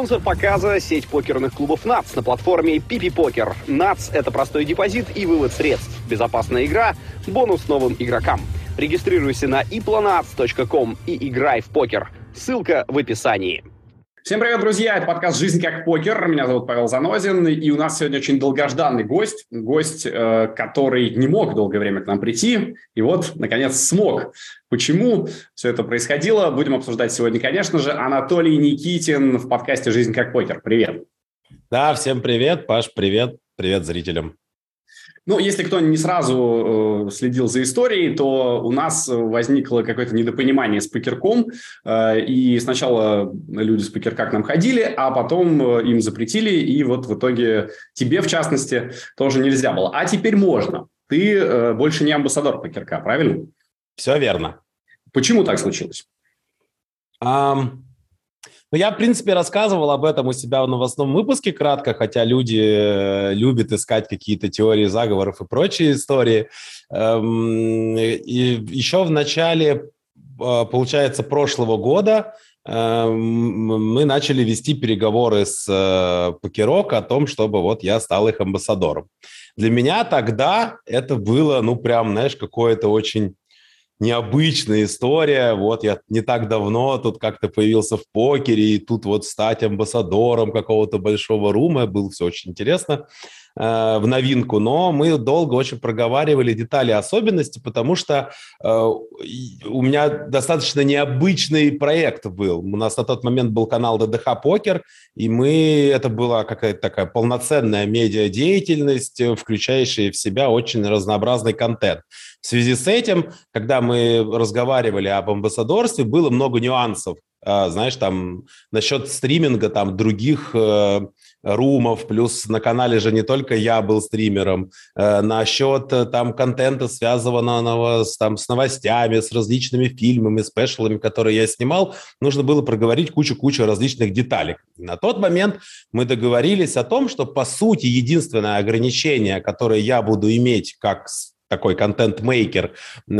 Спонсор показа – сеть покерных клубов НАЦ на платформе PP Poker. НАЦ – это простой депозит и вывод средств, безопасная игра, бонус новым игрокам. Регистрируйся на iplanats.com и играй в покер. Ссылка в описании. Всем привет, друзья! Это подкаст «Жизнь как покер». Меня зовут Павел Занозин, и у нас сегодня очень долгожданный гость, который не мог долгое время к нам прийти, и вот, наконец, смог. Почему все это происходило, будем обсуждать сегодня, конечно же. Анатолий Никитин в подкасте «Жизнь как покер». Привет! Да, всем привет, Паш, привет, привет зрителям. Ну, если кто не сразу следил за историей, то у нас возникло какое-то недопонимание с покерком, и сначала люди с покерка к нам ходили, а потом им запретили, и вот в итоге тебе, в частности, тоже нельзя было. А теперь можно. Ты больше не амбассадор покерка, правильно? Все верно. Почему так случилось? Ну, я, в принципе, рассказывал об этом у себя в новостном выпуске кратко, хотя люди любят искать какие-то теории заговоров и прочие истории. И еще в начале, получается, прошлого года мы начали вести переговоры с Покерок о том, чтобы вот я стал их амбассадором. Для меня тогда это было, ну, прям, знаешь, какое-то очень... необычная история. Вот я не так давно тут как-то появился в покере, и тут вот стать амбассадором какого-то большого рума. Было все очень интересно в новинку, но мы долго очень проговаривали детали, особенности, потому что у меня достаточно необычный проект был. У нас на тот момент был канал ДДХ Покер, и это была какая-то такая полноценная медиадеятельность, включающая в себя очень разнообразный контент. В связи с этим, когда мы разговаривали об амбассадорстве, было много нюансов. Знаешь, там насчет стриминга, там других румов, плюс на канале же не только я был стримером, насчет там контента, связанного с новостями, с различными фильмами, спешалами, которые я снимал, нужно было проговорить кучу различных деталей. На тот момент мы договорились о том, что, по сути, единственное ограничение, которое я буду иметь как такой контент-мейкер,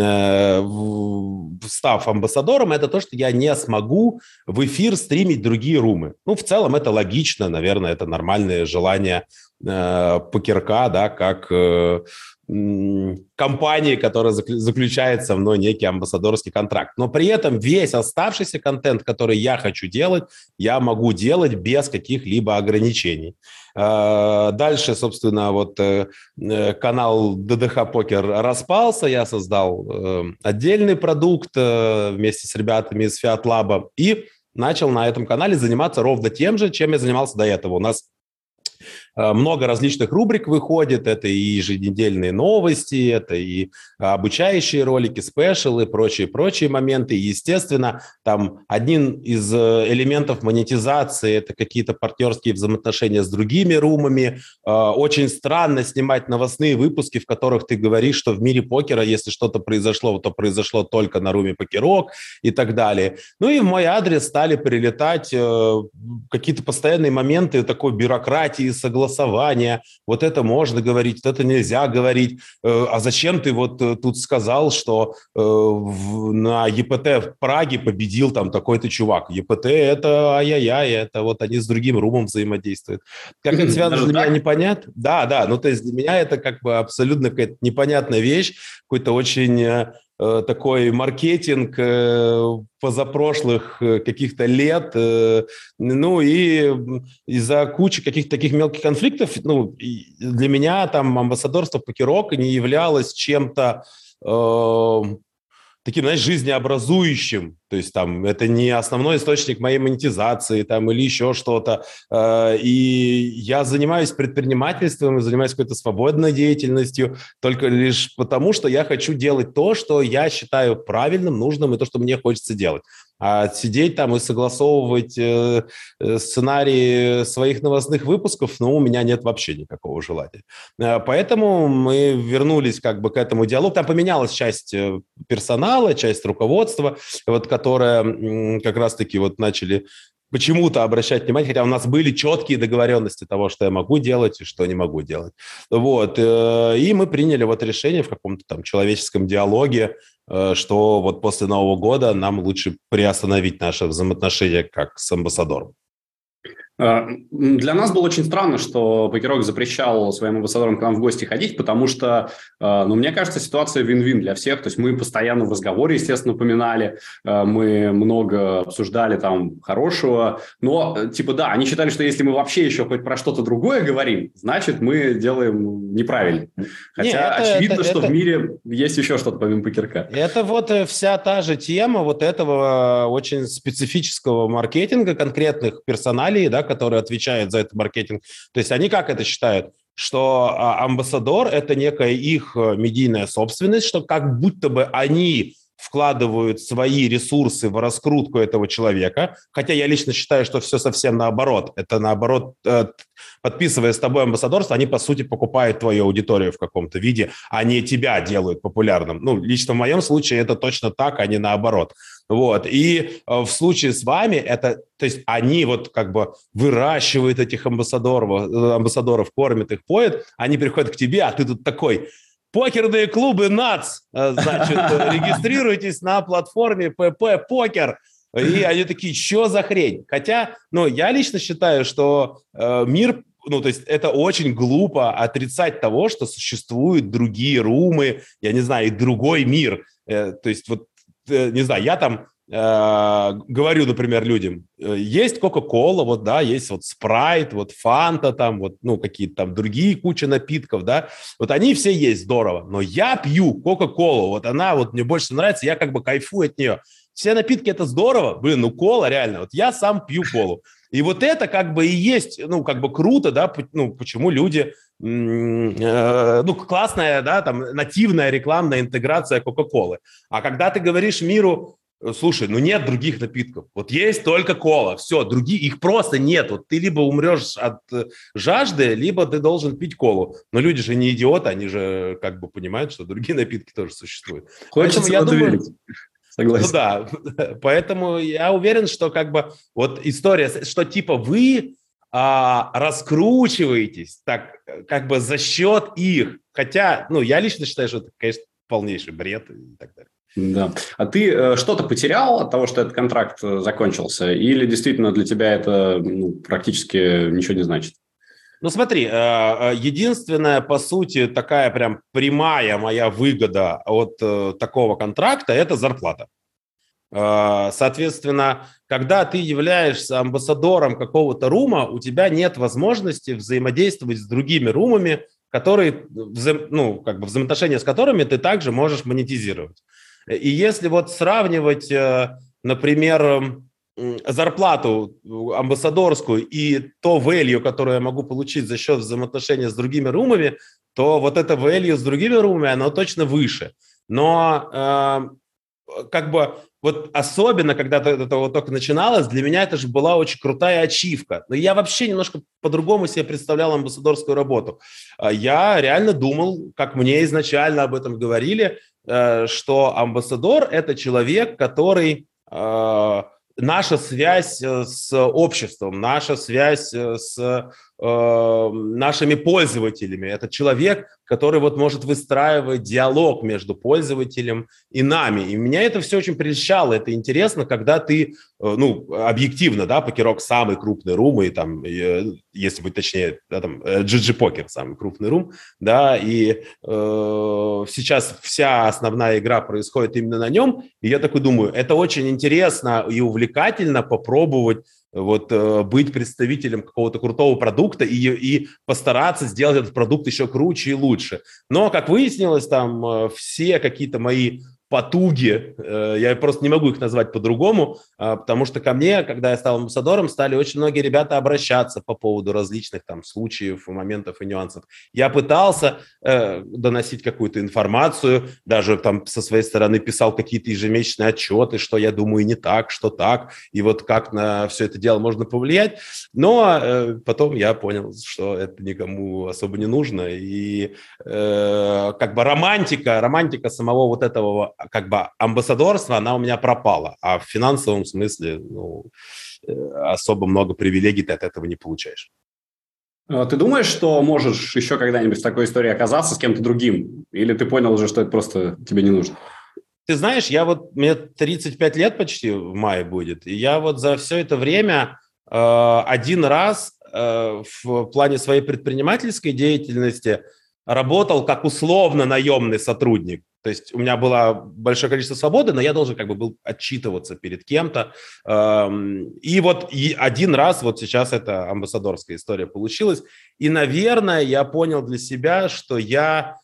став амбассадором, это то, что я не смогу в эфир стримить другие румы. Ну, в целом это логично, наверное, это нормальное желание покерка, да, как компании, которая заключает со мной некий амбассадорский контракт. Но при этом весь оставшийся контент, который я хочу делать, я могу делать без каких-либо ограничений. Дальше, собственно, вот канал ДДХ Покер распался, я создал отдельный продукт вместе с ребятами из Fiat Lab и начал на этом канале заниматься ровно тем же, чем я занимался до этого. У нас много различных рубрик выходит, это и еженедельные новости, это и обучающие ролики, спешалы, прочие моменты. И, естественно, там один из элементов монетизации – это какие-то партнерские взаимоотношения с другими румами. Очень странно снимать новостные выпуски, в которых ты говоришь, что в мире покера, если что-то произошло, то произошло только на руме Покерок и так далее. Ну и в мой адрес стали прилетать какие-то постоянные моменты такой бюрократии, согласования, вот это можно говорить, вот это нельзя говорить, а зачем ты вот тут сказал, что на ЕПТ в Праге победил там такой-то чувак. ЕПТ это ай-яй-яй, это вот они с другим румом взаимодействуют. Как это связано, для меня непонятно. Да, ну то есть для меня это как бы абсолютно какая-то непонятная вещь, какой-то очень... такой маркетинг позапрошлых каких-то лет, ну и из-за кучи каких-то таких мелких конфликтов, ну, для меня там амбассадорство Покерок не являлось чем-то таким, знаешь, жизнеобразующим. То есть там это не основной источник моей монетизации там, или еще что-то. И я занимаюсь предпринимательством, занимаюсь какой-то свободной деятельностью только лишь потому, что я хочу делать то, что я считаю правильным, нужным и то, что мне хочется делать. А сидеть там и согласовывать сценарии своих новостных выпусков, ну, у меня нет вообще никакого желания. Поэтому мы вернулись как бы к этому диалогу. Там поменялась часть персонала, часть руководства, вот, которая как раз-таки вот начали почему-то обращать внимание, хотя у нас были четкие договоренности того, что я могу делать и что не могу делать. Вот. И мы приняли вот решение в каком-то там человеческом диалоге, что вот после Нового года нам лучше приостановить наши взаимоотношения как с амбассадором. Для нас было очень странно, что Покерок запрещал своим амбассадорам к нам в гости ходить, потому что, мне кажется, ситуация вин-вин для всех. То есть мы постоянно в разговоре, естественно, упоминали, мы много обсуждали там хорошего, но, да, они считали, что если мы вообще еще хоть про что-то другое говорим, значит, мы делаем неправильно. Хотя очевидно, что в мире есть еще что-то помимо Покерка. Это вот вся та же тема вот этого очень специфического маркетинга, конкретных персоналей, да, которые отвечают за этот маркетинг. То есть они как это считают? Что амбассадор – это некая их медийная собственность, что как будто бы они вкладывают свои ресурсы в раскрутку этого человека, хотя я лично считаю, что все совсем наоборот. Это наоборот, подписывая с тобой амбассадорство, они, по сути, покупают твою аудиторию в каком-то виде, а не тебя делают популярным. Лично в моем случае это точно так, а не наоборот. Вот. И в случае с вами это, то есть они вот как бы выращивают этих амбассадоров, кормят их, поят, они приходят к тебе, а ты тут такой: покерные клубы НАЦ, значит, регистрируйтесь на платформе ПП Покер. И они такие: что за хрень? Хотя, я лично считаю, что мир, то есть это очень глупо отрицать того, что существуют другие румы, я не знаю, и другой мир. То есть вот, не знаю, я там говорю, например, людям: есть Кока-Кола, вот, да, есть вот Спрайт, вот Фанта, там, вот, какие-то там другие куча напитков, да, вот они все есть, здорово, но я пью Кока-Колу, вот она вот мне больше нравится, я как бы кайфую от нее. Все напитки – это здорово, кола реально, вот я сам пью колу. И вот это как бы и есть, как бы круто, да, почему люди, классная, да, там, нативная рекламная интеграция Кока-Колы. А когда ты говоришь миру: слушай, нет других напитков, вот есть только кола, все, других, их просто нет, вот ты либо умрешь от жажды, либо ты должен пить колу. Но люди же не идиоты, они же как бы понимают, что другие напитки тоже существуют. Хочется в это верить. Согласен. Да, поэтому я уверен, что как бы вот история, что типа вы раскручиваетесь так как бы за счет их, хотя, я лично считаю, что это, конечно, полнейший бред и так далее. Да. А ты что-то потерял от того, что этот контракт закончился? Или действительно для тебя это практически ничего не значит? Смотри, единственная, по сути, такая прям прямая моя выгода от такого контракта – это зарплата. Соответственно, когда ты являешься амбассадором какого-то рума, у тебя нет возможности взаимодействовать с другими румами, которые, взаимоотношения с которыми ты также можешь монетизировать. И если вот сравнивать, например, зарплату амбассадорскую и то value, которое я могу получить за счет взаимоотношения с другими румами, то вот это value с другими румами, оно точно выше. Но как бы вот особенно, когда это вот только начиналось, для меня это же была очень крутая ачивка. Но я вообще немножко по-другому себе представлял амбассадорскую работу. Я реально думал, как мне изначально об этом говорили, что амбассадор – это человек, который… наша связь с обществом, наша связь с нашими пользователями. Это человек, который вот может выстраивать диалог между пользователем и нами. И меня это все очень прельщало. Это интересно, когда ты, объективно, да, Покерок самый крупный рум, и там, если быть точнее, да, там, GG Poker самый крупный рум, да, и сейчас вся основная игра происходит именно на нем. И я такой думаю, это очень интересно и увлекательно попробовать вот быть представителем какого-то крутого продукта и постараться сделать этот продукт еще круче и лучше. Но, как выяснилось, там все какие-то мои потуги, я просто не могу их назвать по-другому, потому что ко мне, когда я стал амбассадором, стали очень многие ребята обращаться по поводу различных там случаев, моментов и нюансов. Я пытался доносить какую-то информацию, даже там со своей стороны писал какие-то ежемесячные отчеты, что я думаю не так, что так, и вот как на все это дело можно повлиять. Но потом я понял, что это никому особо не нужно, и как бы романтика самого вот этого как бы амбассадорства, она у меня пропала, а в финансовом смысле особо много привилегий ты от этого не получаешь. Ты думаешь, что можешь еще когда-нибудь в такой истории оказаться с кем-то другим? Или ты понял уже, что это просто тебе не нужно? Ты знаешь, мне 35 лет почти в мае будет, и я вот за все это время один раз в плане своей предпринимательской деятельности работал как условно наемный сотрудник. То есть у меня было большое количество свободы, но я должен как бы был отчитываться перед кем-то. И вот один раз вот сейчас эта амбассадорская история получилась. И, наверное, я понял для себя, что я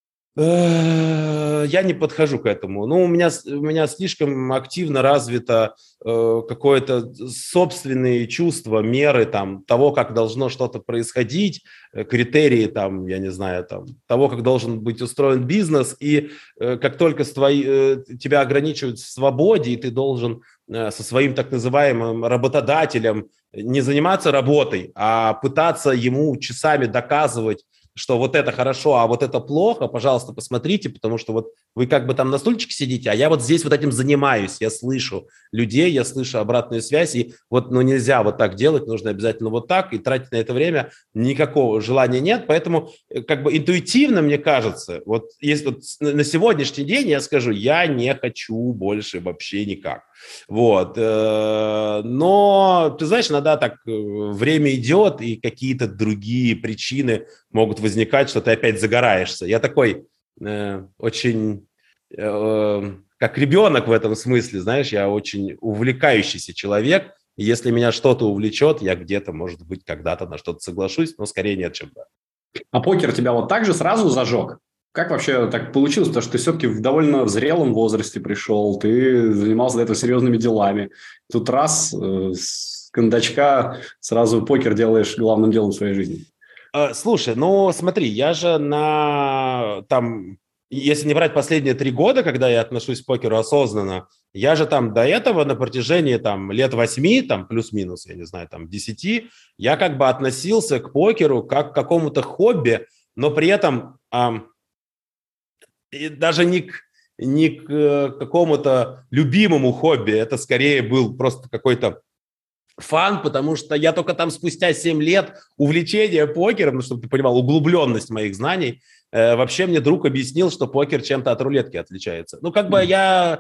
не подхожу к этому. Ну, у меня слишком активно развито какое-то собственные чувства, меры там, того, как должно что-то происходить, критерии там, я не знаю, там, того, как должен быть устроен бизнес. И как только тебя ограничивают в свободе, и ты должен со своим так называемым работодателем не заниматься работой, а пытаться ему часами доказывать, что вот это хорошо, а вот это плохо, пожалуйста, посмотрите, потому что вот вы как бы там на стульчике сидите, а я вот здесь вот этим занимаюсь, я слышу людей, я слышу обратную связь, и вот ну, нельзя вот так делать, нужно обязательно вот так, и тратить на это время никакого желания нет, поэтому как бы интуитивно, мне кажется, вот если вот на сегодняшний день я скажу, я не хочу больше вообще никак. Вот. Но, ты знаешь, иногда так время идет, и какие-то другие причины могут возникать, что ты опять загораешься. Я такой очень, как ребенок в этом смысле, знаешь, я очень увлекающийся человек. И если меня что-то увлечет, я где-то, может быть, когда-то на что-то соглашусь, но скорее нет, чем да. А покер тебя вот так же сразу зажег? Как вообще так получилось? Потому что ты все-таки в довольно зрелом возрасте пришел, ты занимался до этого серьезными делами. Тут раз с кондачка сразу покер делаешь главным делом в своей жизни. Слушай, ну смотри, я же если не брать последние 3 года, когда я отношусь к покеру осознанно, я же там до этого на протяжении там лет 8, там плюс-минус, я не знаю, там 10, я как бы относился к покеру как к какому-то хобби, но при этом и даже не к какому-то любимому хобби, это скорее был просто какой-то фан, потому что я только там спустя 7 лет увлечения покером, ну, чтобы ты понимал, углубленность моих знаний, вообще мне друг объяснил, что покер чем-то от рулетки отличается. Ну, как бы я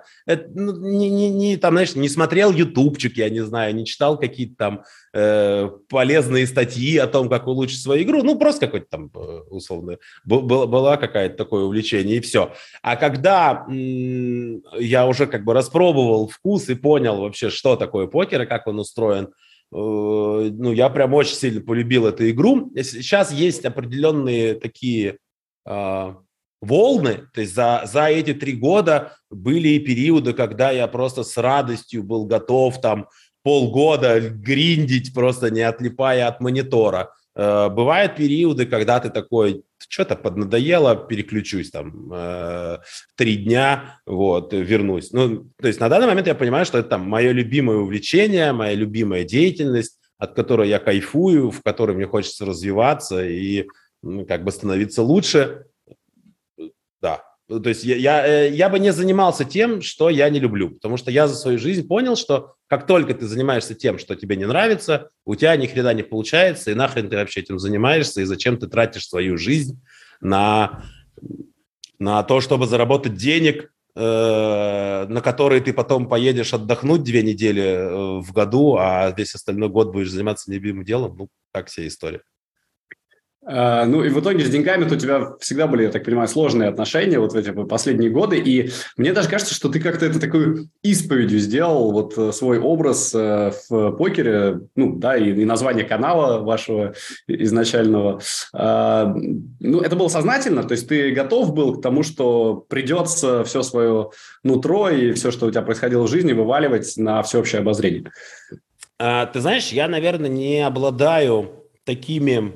не смотрел ютубчик, я не знаю, не читал какие-то там полезные статьи о том, как улучшить свою игру, ну, просто какой-то там, условно, была какая-то такое увлечение, и все. А когда я уже как бы распробовал вкус и понял вообще, что такое покер и как он устроен, ну, я прям очень сильно полюбил эту игру. Сейчас есть определенные такие волны, то есть за эти 3 года были и периоды, когда я просто с радостью был готов там полгода гриндить, просто не отлипая от монитора. Бывают периоды, когда ты такой, что-то поднадоело, переключусь там 3 дня, вот, вернусь. Ну, то есть на данный момент я понимаю, что это там мое любимое увлечение, моя любимая деятельность, от которой я кайфую, в которой мне хочется развиваться и как бы становиться лучше. Да. То есть я бы не занимался тем, что я не люблю, потому что я за свою жизнь понял, что как только ты занимаешься тем, что тебе не нравится, у тебя ни хрена не получается, и нахрен ты вообще этим занимаешься, и зачем ты тратишь свою жизнь на то, чтобы заработать денег, на которые ты потом поедешь отдохнуть 2 недели в году, а весь остальной год будешь заниматься любимым делом. Ну, так вся история. Ну и в итоге с деньгами-то у тебя всегда были, я так понимаю, сложные отношения вот в эти последние годы. И мне даже кажется, что ты как-то это такой исповедью сделал, вот свой образ в покере, ну да, и название канала вашего изначального. Ну, это было сознательно? То есть ты готов был к тому, что придется все свое нутро и все, что у тебя происходило в жизни, вываливать на всеобщее обозрение? Ты знаешь, я, наверное, не обладаю такими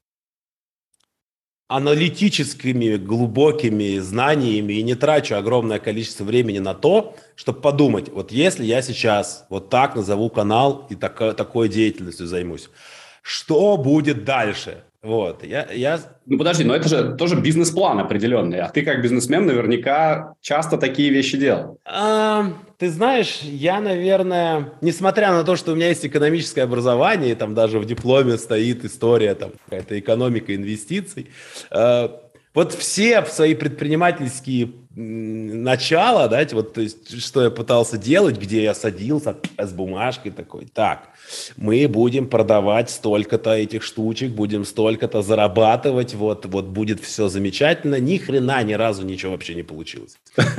аналитическими, глубокими знаниями и не трачу огромное количество времени на то, чтобы подумать, вот если я сейчас вот так назову канал и такой деятельностью займусь, что будет дальше? Вот, Ну, подожди, но это же тоже бизнес-план определенный, а ты как бизнесмен наверняка часто такие вещи делал. Ты знаешь, я, наверное, несмотря на то, что у меня есть экономическое образование, и там даже в дипломе стоит история, там какая-то экономика инвестиций, вот все в свои предпринимательские начала, да, вот, то есть, что я пытался делать, где я садился с бумажкой такой, так, мы будем продавать столько-то этих штучек, будем столько-то зарабатывать, вот будет все замечательно, ни хрена, ни разу ничего вообще не получилось.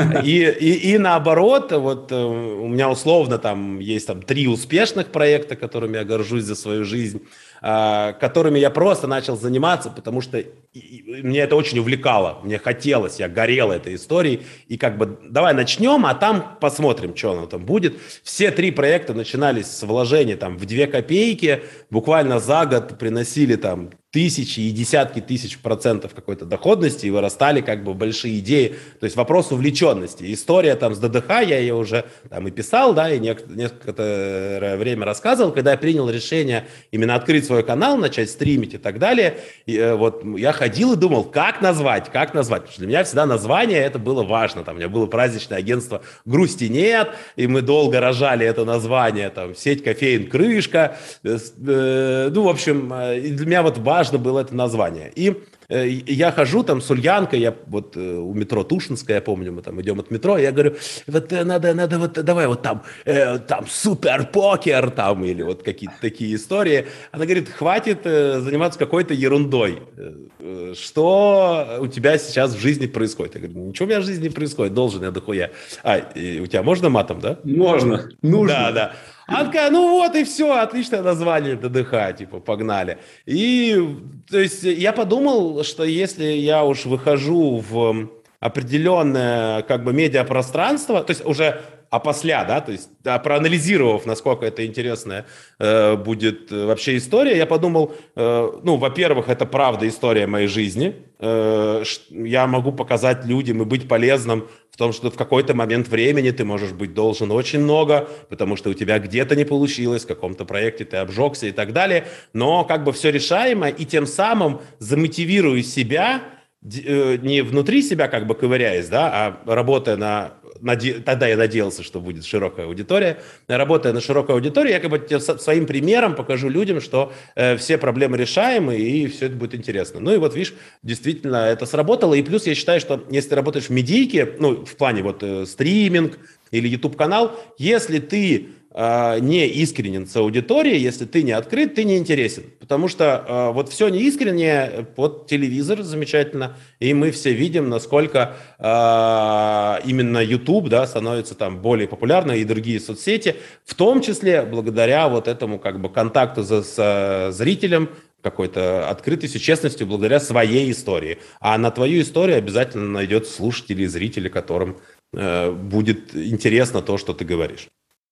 И наоборот, вот у меня условно там есть там 3 успешных проекта, которыми я горжусь за свою жизнь, которыми я просто начал заниматься, потому что меня это очень увлекало, мне хотелось, я горел этой историей, и как бы давай начнем, а там посмотрим, что оно там будет. Все 3 проекта начинались с вложения там в 2 копейки, буквально за год приносили там тысячи и десятки тысяч процентов какой-то доходности и вырастали как бы большие идеи. То есть вопрос увлеченности. История там с ДДХ, я ее уже там и писал, да, и некоторое время рассказывал, когда я принял решение именно открыть свой канал, начать стримить и так далее. И, вот я ходил и думал, как назвать. Потому что для меня всегда название это было важно. Там у меня было праздничное агентство «Грусти нет», и мы долго рожали это название, там, сеть кофеин «Крышка». Ну, в общем, для меня вот важно было это название. И я хожу там с Ульянкой, я вот у метро Тушинская, я помню, мы там идем от метро, я говорю, вот надо вот давай вот там супер-покер там или вот какие-то такие истории. Она говорит, хватит заниматься какой-то ерундой. Что у тебя сейчас в жизни происходит? Я говорю, ничего у меня в жизни не происходит, должен я дохуя. У тебя можно матом, да? Можно, нужно. Да. Она такая, ну вот и все, отличное название ДДХ, типа, погнали. И, то есть, я подумал, что если я уж выхожу в определенное, как бы, медиапространство, то есть, уже опосля, да, то есть, проанализировав, насколько это интересная будет вообще история, я подумал, ну, во-первых, это правда история моей жизни, я могу показать людям и быть полезным в том, что в какой-то момент времени ты можешь быть должен очень много, потому что у тебя где-то не получилось, в каком-то проекте ты обжегся и так далее, но как бы все решаемо, и тем самым замотивирую себя, не внутри себя как бы ковыряясь, да, а работая тогда я надеялся, что будет широкая аудитория, работая на широкой аудитории, я как бы своим примером покажу людям, что все проблемы решаемы, и все это будет интересно. Ну и вот, видишь, действительно это сработало, и плюс я считаю, что если ты работаешь в медийке, ну, в плане вот стриминг или YouTube-канал, если ты не искренен с аудиторией, если ты не открыт, ты не интересен. Потому что вот все неискреннее, вот телевизор замечательно, и мы все видим, насколько именно YouTube, да, становится там более популярной, и другие соцсети, в том числе благодаря вот этому как бы контакту с зрителем, какой-то открытостью, честностью, благодаря своей истории. А на твою историю обязательно найдется слушатели и зрители, которым будет интересно то, что ты говоришь.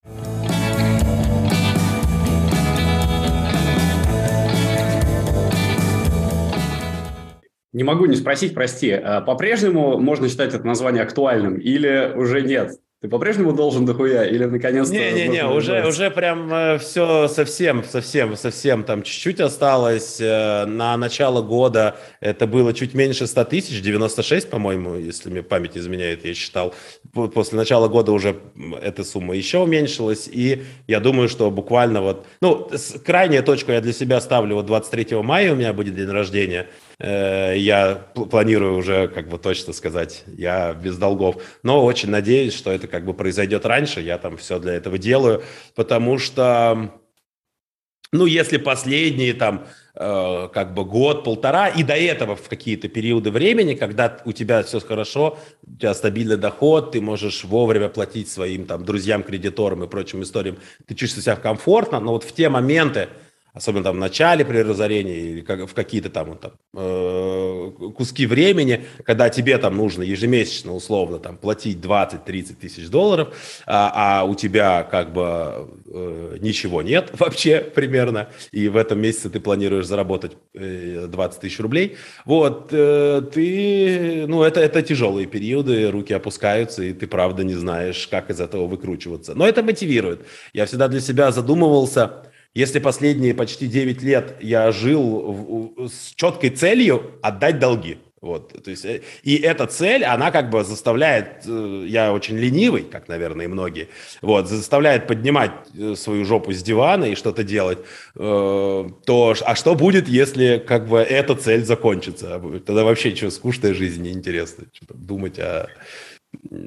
Не могу не спросить, прости, по-прежнему можно считать это название актуальным или уже нет? Ты по-прежнему должен дохуя или наконец-то... Не, уже прям все совсем там чуть-чуть осталось. На начало года это было чуть меньше 100 тысяч, 96, по-моему, если мне память изменяет, я считал. После начала года уже эта сумма еще уменьшилась, и я думаю, что буквально вот... Ну, крайняя точку я для себя ставлю, вот 23 мая у меня будет день рождения. Я планирую уже как бы точно сказать, я без долгов, но очень надеюсь, что это как бы произойдет раньше, я там все для этого делаю, потому что, ну, если последние там как бы год-полтора, и до этого в какие-то периоды времени, когда у тебя все хорошо, у тебя стабильный доход, ты можешь вовремя платить своим там друзьям, кредиторам и прочим историям, ты чувствуешь себя комфортно, но вот в те моменты, особенно там в начале при разорении или в какие-то там, куски времени, когда тебе там нужно ежемесячно условно там платить 20-30 тысяч долларов, а у тебя как бы ничего нет вообще примерно, и в этом месяце ты планируешь заработать 20 тысяч рублей, вот, ты, ну, это тяжелые периоды, руки опускаются, и ты правда не знаешь, как из этого выкручиваться. Но это мотивирует. Я всегда для себя задумывался, если последние почти 9 лет я жил с четкой целью отдать долги. Вот, то есть, и эта цель, она как бы заставляет, я очень ленивый, как, наверное, и многие, вот, заставляет поднимать свою жопу с дивана и что-то делать, а что будет, если как бы эта цель закончится? Тогда вообще что, скучная жизнь, неинтересно, что-то думать о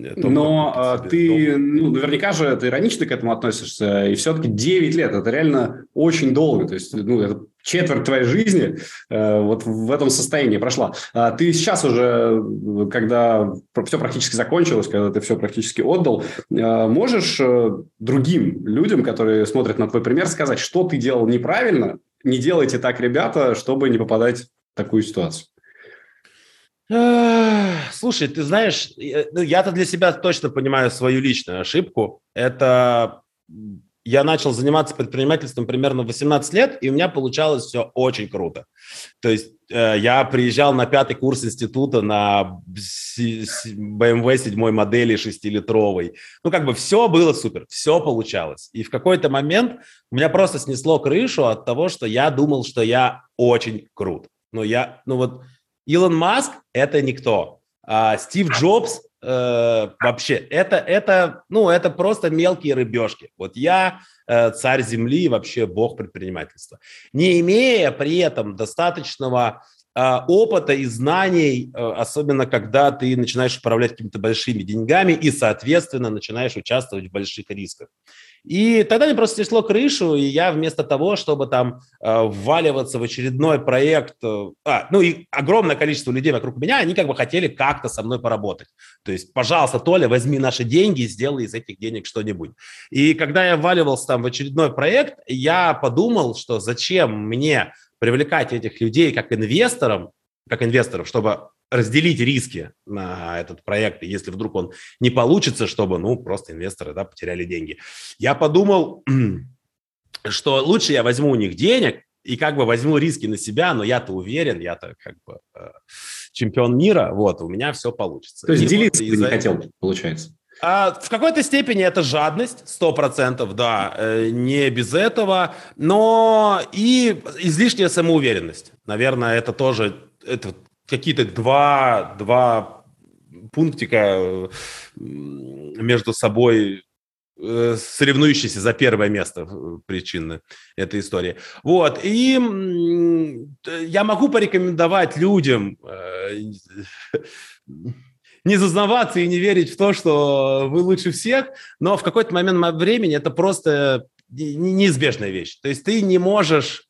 Но ты, наверняка же ты иронично к этому относишься, и все-таки 9 лет – это реально очень долго, то есть, это четверть твоей жизни вот в этом состоянии прошла. Ты сейчас уже, когда все практически закончилось, когда ты все практически отдал, можешь другим людям, которые смотрят на твой пример, сказать, что ты делал неправильно? Не делайте так, ребята, чтобы не попадать в такую ситуацию. Слушай, ты знаешь, я-то для себя точно понимаю свою личную ошибку. Это я начал заниматься предпринимательством примерно в 18 лет, и у меня получалось все очень круто. То есть я приезжал на 5-й курс института на BMW 7 модели 6-литровой. Все было супер, все получалось. И в какой-то момент у меня просто снесло крышу от того, что я думал, что я очень крут. Илон Маск – это никто. А Стив Джобс вообще это просто мелкие рыбешки. Вот я царь земли, вообще бог предпринимательства. Не имея при этом достаточного опыта и знаний, особенно когда ты начинаешь управлять какими-то большими деньгами и, соответственно, начинаешь участвовать в больших рисках. И тогда мне просто снесло крышу, и я вместо того, чтобы там вваливаться в очередной проект, и огромное количество людей вокруг меня, они как бы хотели как-то со мной поработать. То есть, пожалуйста, Толя, возьми наши деньги и сделай из этих денег что-нибудь. И когда я вваливался там в очередной проект, я подумал, что зачем мне привлекать этих людей как инвесторов, чтобы разделить риски на этот проект, и если вдруг он не получится, чтобы, просто инвесторы, потеряли деньги. Я подумал, что лучше я возьму у них денег и возьму риски на себя, но я-то уверен, я-то чемпион мира, у меня все получится. То есть делиться ты не хотел, получается? В какой-то степени это жадность, 100%, да, не без этого, но и излишняя самоуверенность. Наверное, это тоже какие-то два пунктика между собой соревнующиеся за первое место причины этой истории. И я могу порекомендовать людям не зазнаваться и не верить в то, что вы лучше всех, но в какой-то момент времени это просто неизбежная вещь. То есть ты не можешь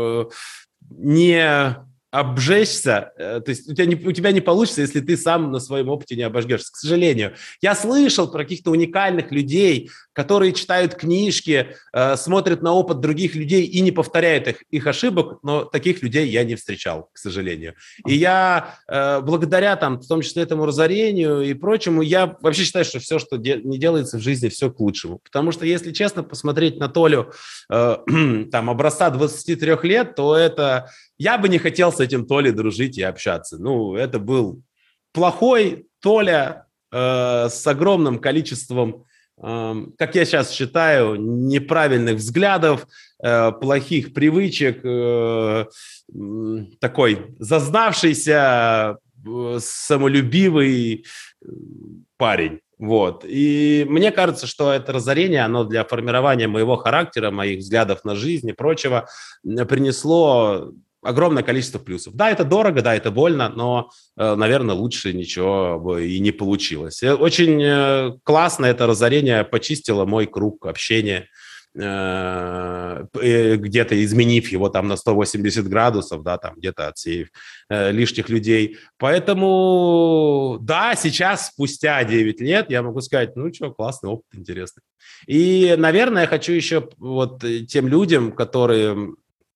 не обжечься, то есть у тебя не получится, если ты сам на своем опыте не обожгешься, к сожалению. Я слышал про каких-то уникальных людей, которые читают книжки, смотрят на опыт других людей и не повторяют их ошибок, но таких людей я не встречал, к сожалению. И я благодаря в том числе этому разорению и прочему, я вообще считаю, что все, что не делается в жизни, все к лучшему. Потому что, если честно посмотреть на Толю образца 23 лет, то я бы не хотел с этим Толей дружить и общаться. Это был плохой Толя с огромным количеством, как я сейчас считаю, неправильных взглядов, плохих привычек, такой зазнавшийся, самолюбивый парень. И мне кажется, что это разорение, оно для формирования моего характера, моих взглядов на жизнь и прочего принесло огромное количество плюсов. Да, это дорого, да, это больно, но, наверное, лучше ничего бы и не получилось. Очень классно это разорение почистило мой круг общения, где-то изменив его на 180 градусов, где-то отсеяв лишних людей. Поэтому, да, сейчас, спустя 9 лет, я могу сказать, классный опыт, интересный. И, наверное, я хочу еще тем людям, которые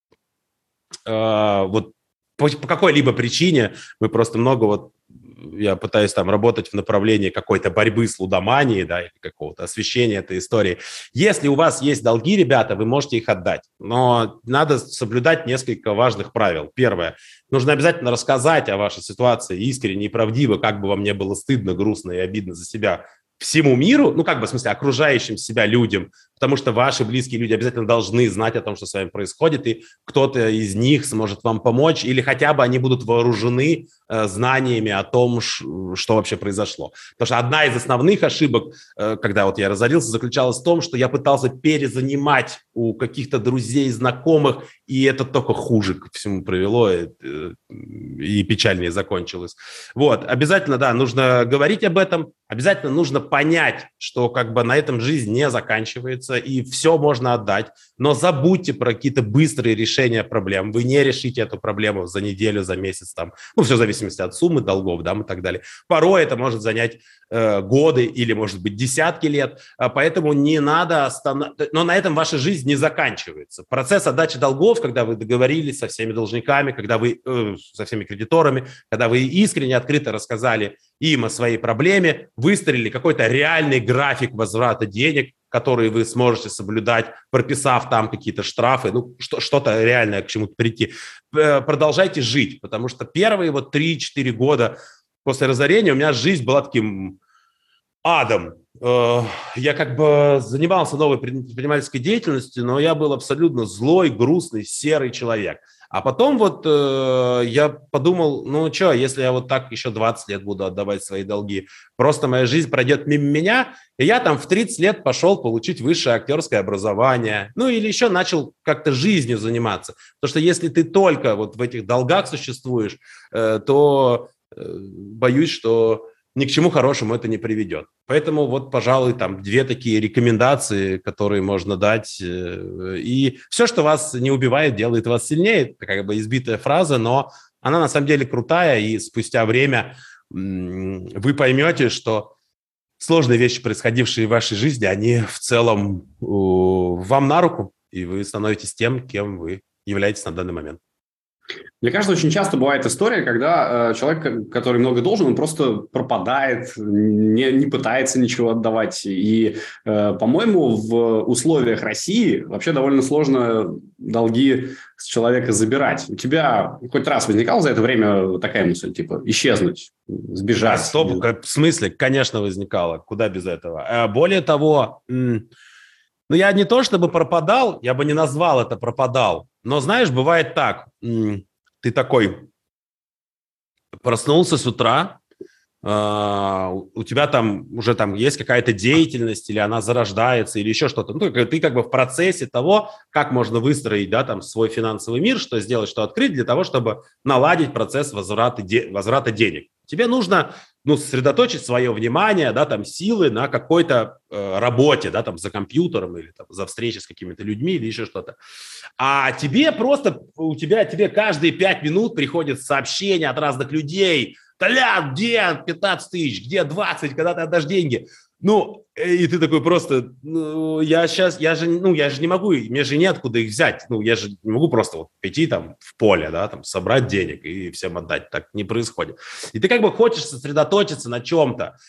по какой-либо причине, мы просто я пытаюсь работать в направлении какой-то борьбы с лудоманией, или какого-то освещения этой истории. Если у вас есть долги, ребята, вы можете их отдать, но надо соблюдать несколько важных правил. Первое. Нужно обязательно рассказать о вашей ситуации искренне и правдиво, как бы вам не было стыдно, грустно и обидно за себя всему миру, в смысле окружающим себя людям, потому что ваши близкие люди обязательно должны знать о том, что с вами происходит, и кто-то из них сможет вам помочь, или хотя бы они будут вооружены знаниями о том, что вообще произошло. Потому что одна из основных ошибок, когда вот я разорился, заключалась в том, что я пытался перезанимать у каких-то друзей, знакомых, и это только хуже ко всему привело, и печальнее закончилось. Вот, обязательно, да, нужно говорить об этом, обязательно нужно понять, что как бы на этом жизнь не заканчивается, и все можно отдать, но забудьте про какие-то быстрые решения проблем. Вы не решите эту проблему за неделю, за месяц, там, ну, все в зависимости от суммы долгов, да, и так далее. Порой это может занять годы или, может быть, десятки лет, поэтому не надо но на этом ваша жизнь не заканчивается. Процесс отдачи долгов, когда вы договорились со всеми должниками, когда вы со всеми кредиторами, когда вы искренне, открыто рассказали им о своей проблеме, выстроили какой-то реальный график возврата денег, которые вы сможете соблюдать, прописав там какие-то штрафы, ну, что-то реальное, к чему-то прийти. Продолжайте жить, потому что первые вот 3-4 года после разорения у меня жизнь была таким адом. Я как бы занимался новой предпринимательской деятельностью, но я был абсолютно злой, грустный, серый человек. А потом вот я подумал, ну что, если я вот так еще 20 лет буду отдавать свои долги, просто моя жизнь пройдет мимо меня, и я там в 30 лет пошел получить высшее актерское образование, ну или еще начал как-то жизнью заниматься. Потому что если ты только вот в этих долгах существуешь, то боюсь, что ни к чему хорошему это не приведет. Поэтому вот, пожалуй, там 2 такие рекомендации, которые можно дать. И все, что вас не убивает, делает вас сильнее. Это как бы избитая фраза, но она на самом деле крутая, и спустя время вы поймете, что сложные вещи, происходившие в вашей жизни, они в целом вам на руку, и вы становитесь тем, кем вы являетесь на данный момент. Мне кажется, очень часто бывает история, когда человек, который много должен, он просто пропадает, не пытается ничего отдавать. И, по-моему, в условиях России вообще довольно сложно долги с человека забирать. У тебя хоть раз возникала за это время такая мысль, типа, исчезнуть, сбежать? Стоп, в смысле? Конечно, возникало. Куда без этого? Более того, ну, я не то чтобы пропадал, я бы не назвал это пропадал. Но, знаешь, бывает так. Ты такой проснулся с утра, у тебя там уже там есть какая-то деятельность, или она зарождается, или еще что-то. Ну, ты как бы в процессе того, как можно выстроить, да, там, свой финансовый мир, что сделать, что открыть, для того, чтобы наладить процесс возврата денег. Тебе нужно, ну, сосредоточить свое внимание, да, там, силы на какой-то работе, да, там, за компьютером или там, за встречей с какими-то людьми или еще что-то. А тебе тебе каждые 5 минут приходит сообщение от разных людей: Толян, где 15 тысяч, где 20, когда ты отдашь деньги? Ну, и ты такой просто, ну, я же не могу, мне же неоткуда их взять. Ну, я же не могу просто вот пойти там в поле, да, там собрать денег и всем отдать. Так не происходит. И ты как бы хочешь сосредоточиться на чем-то,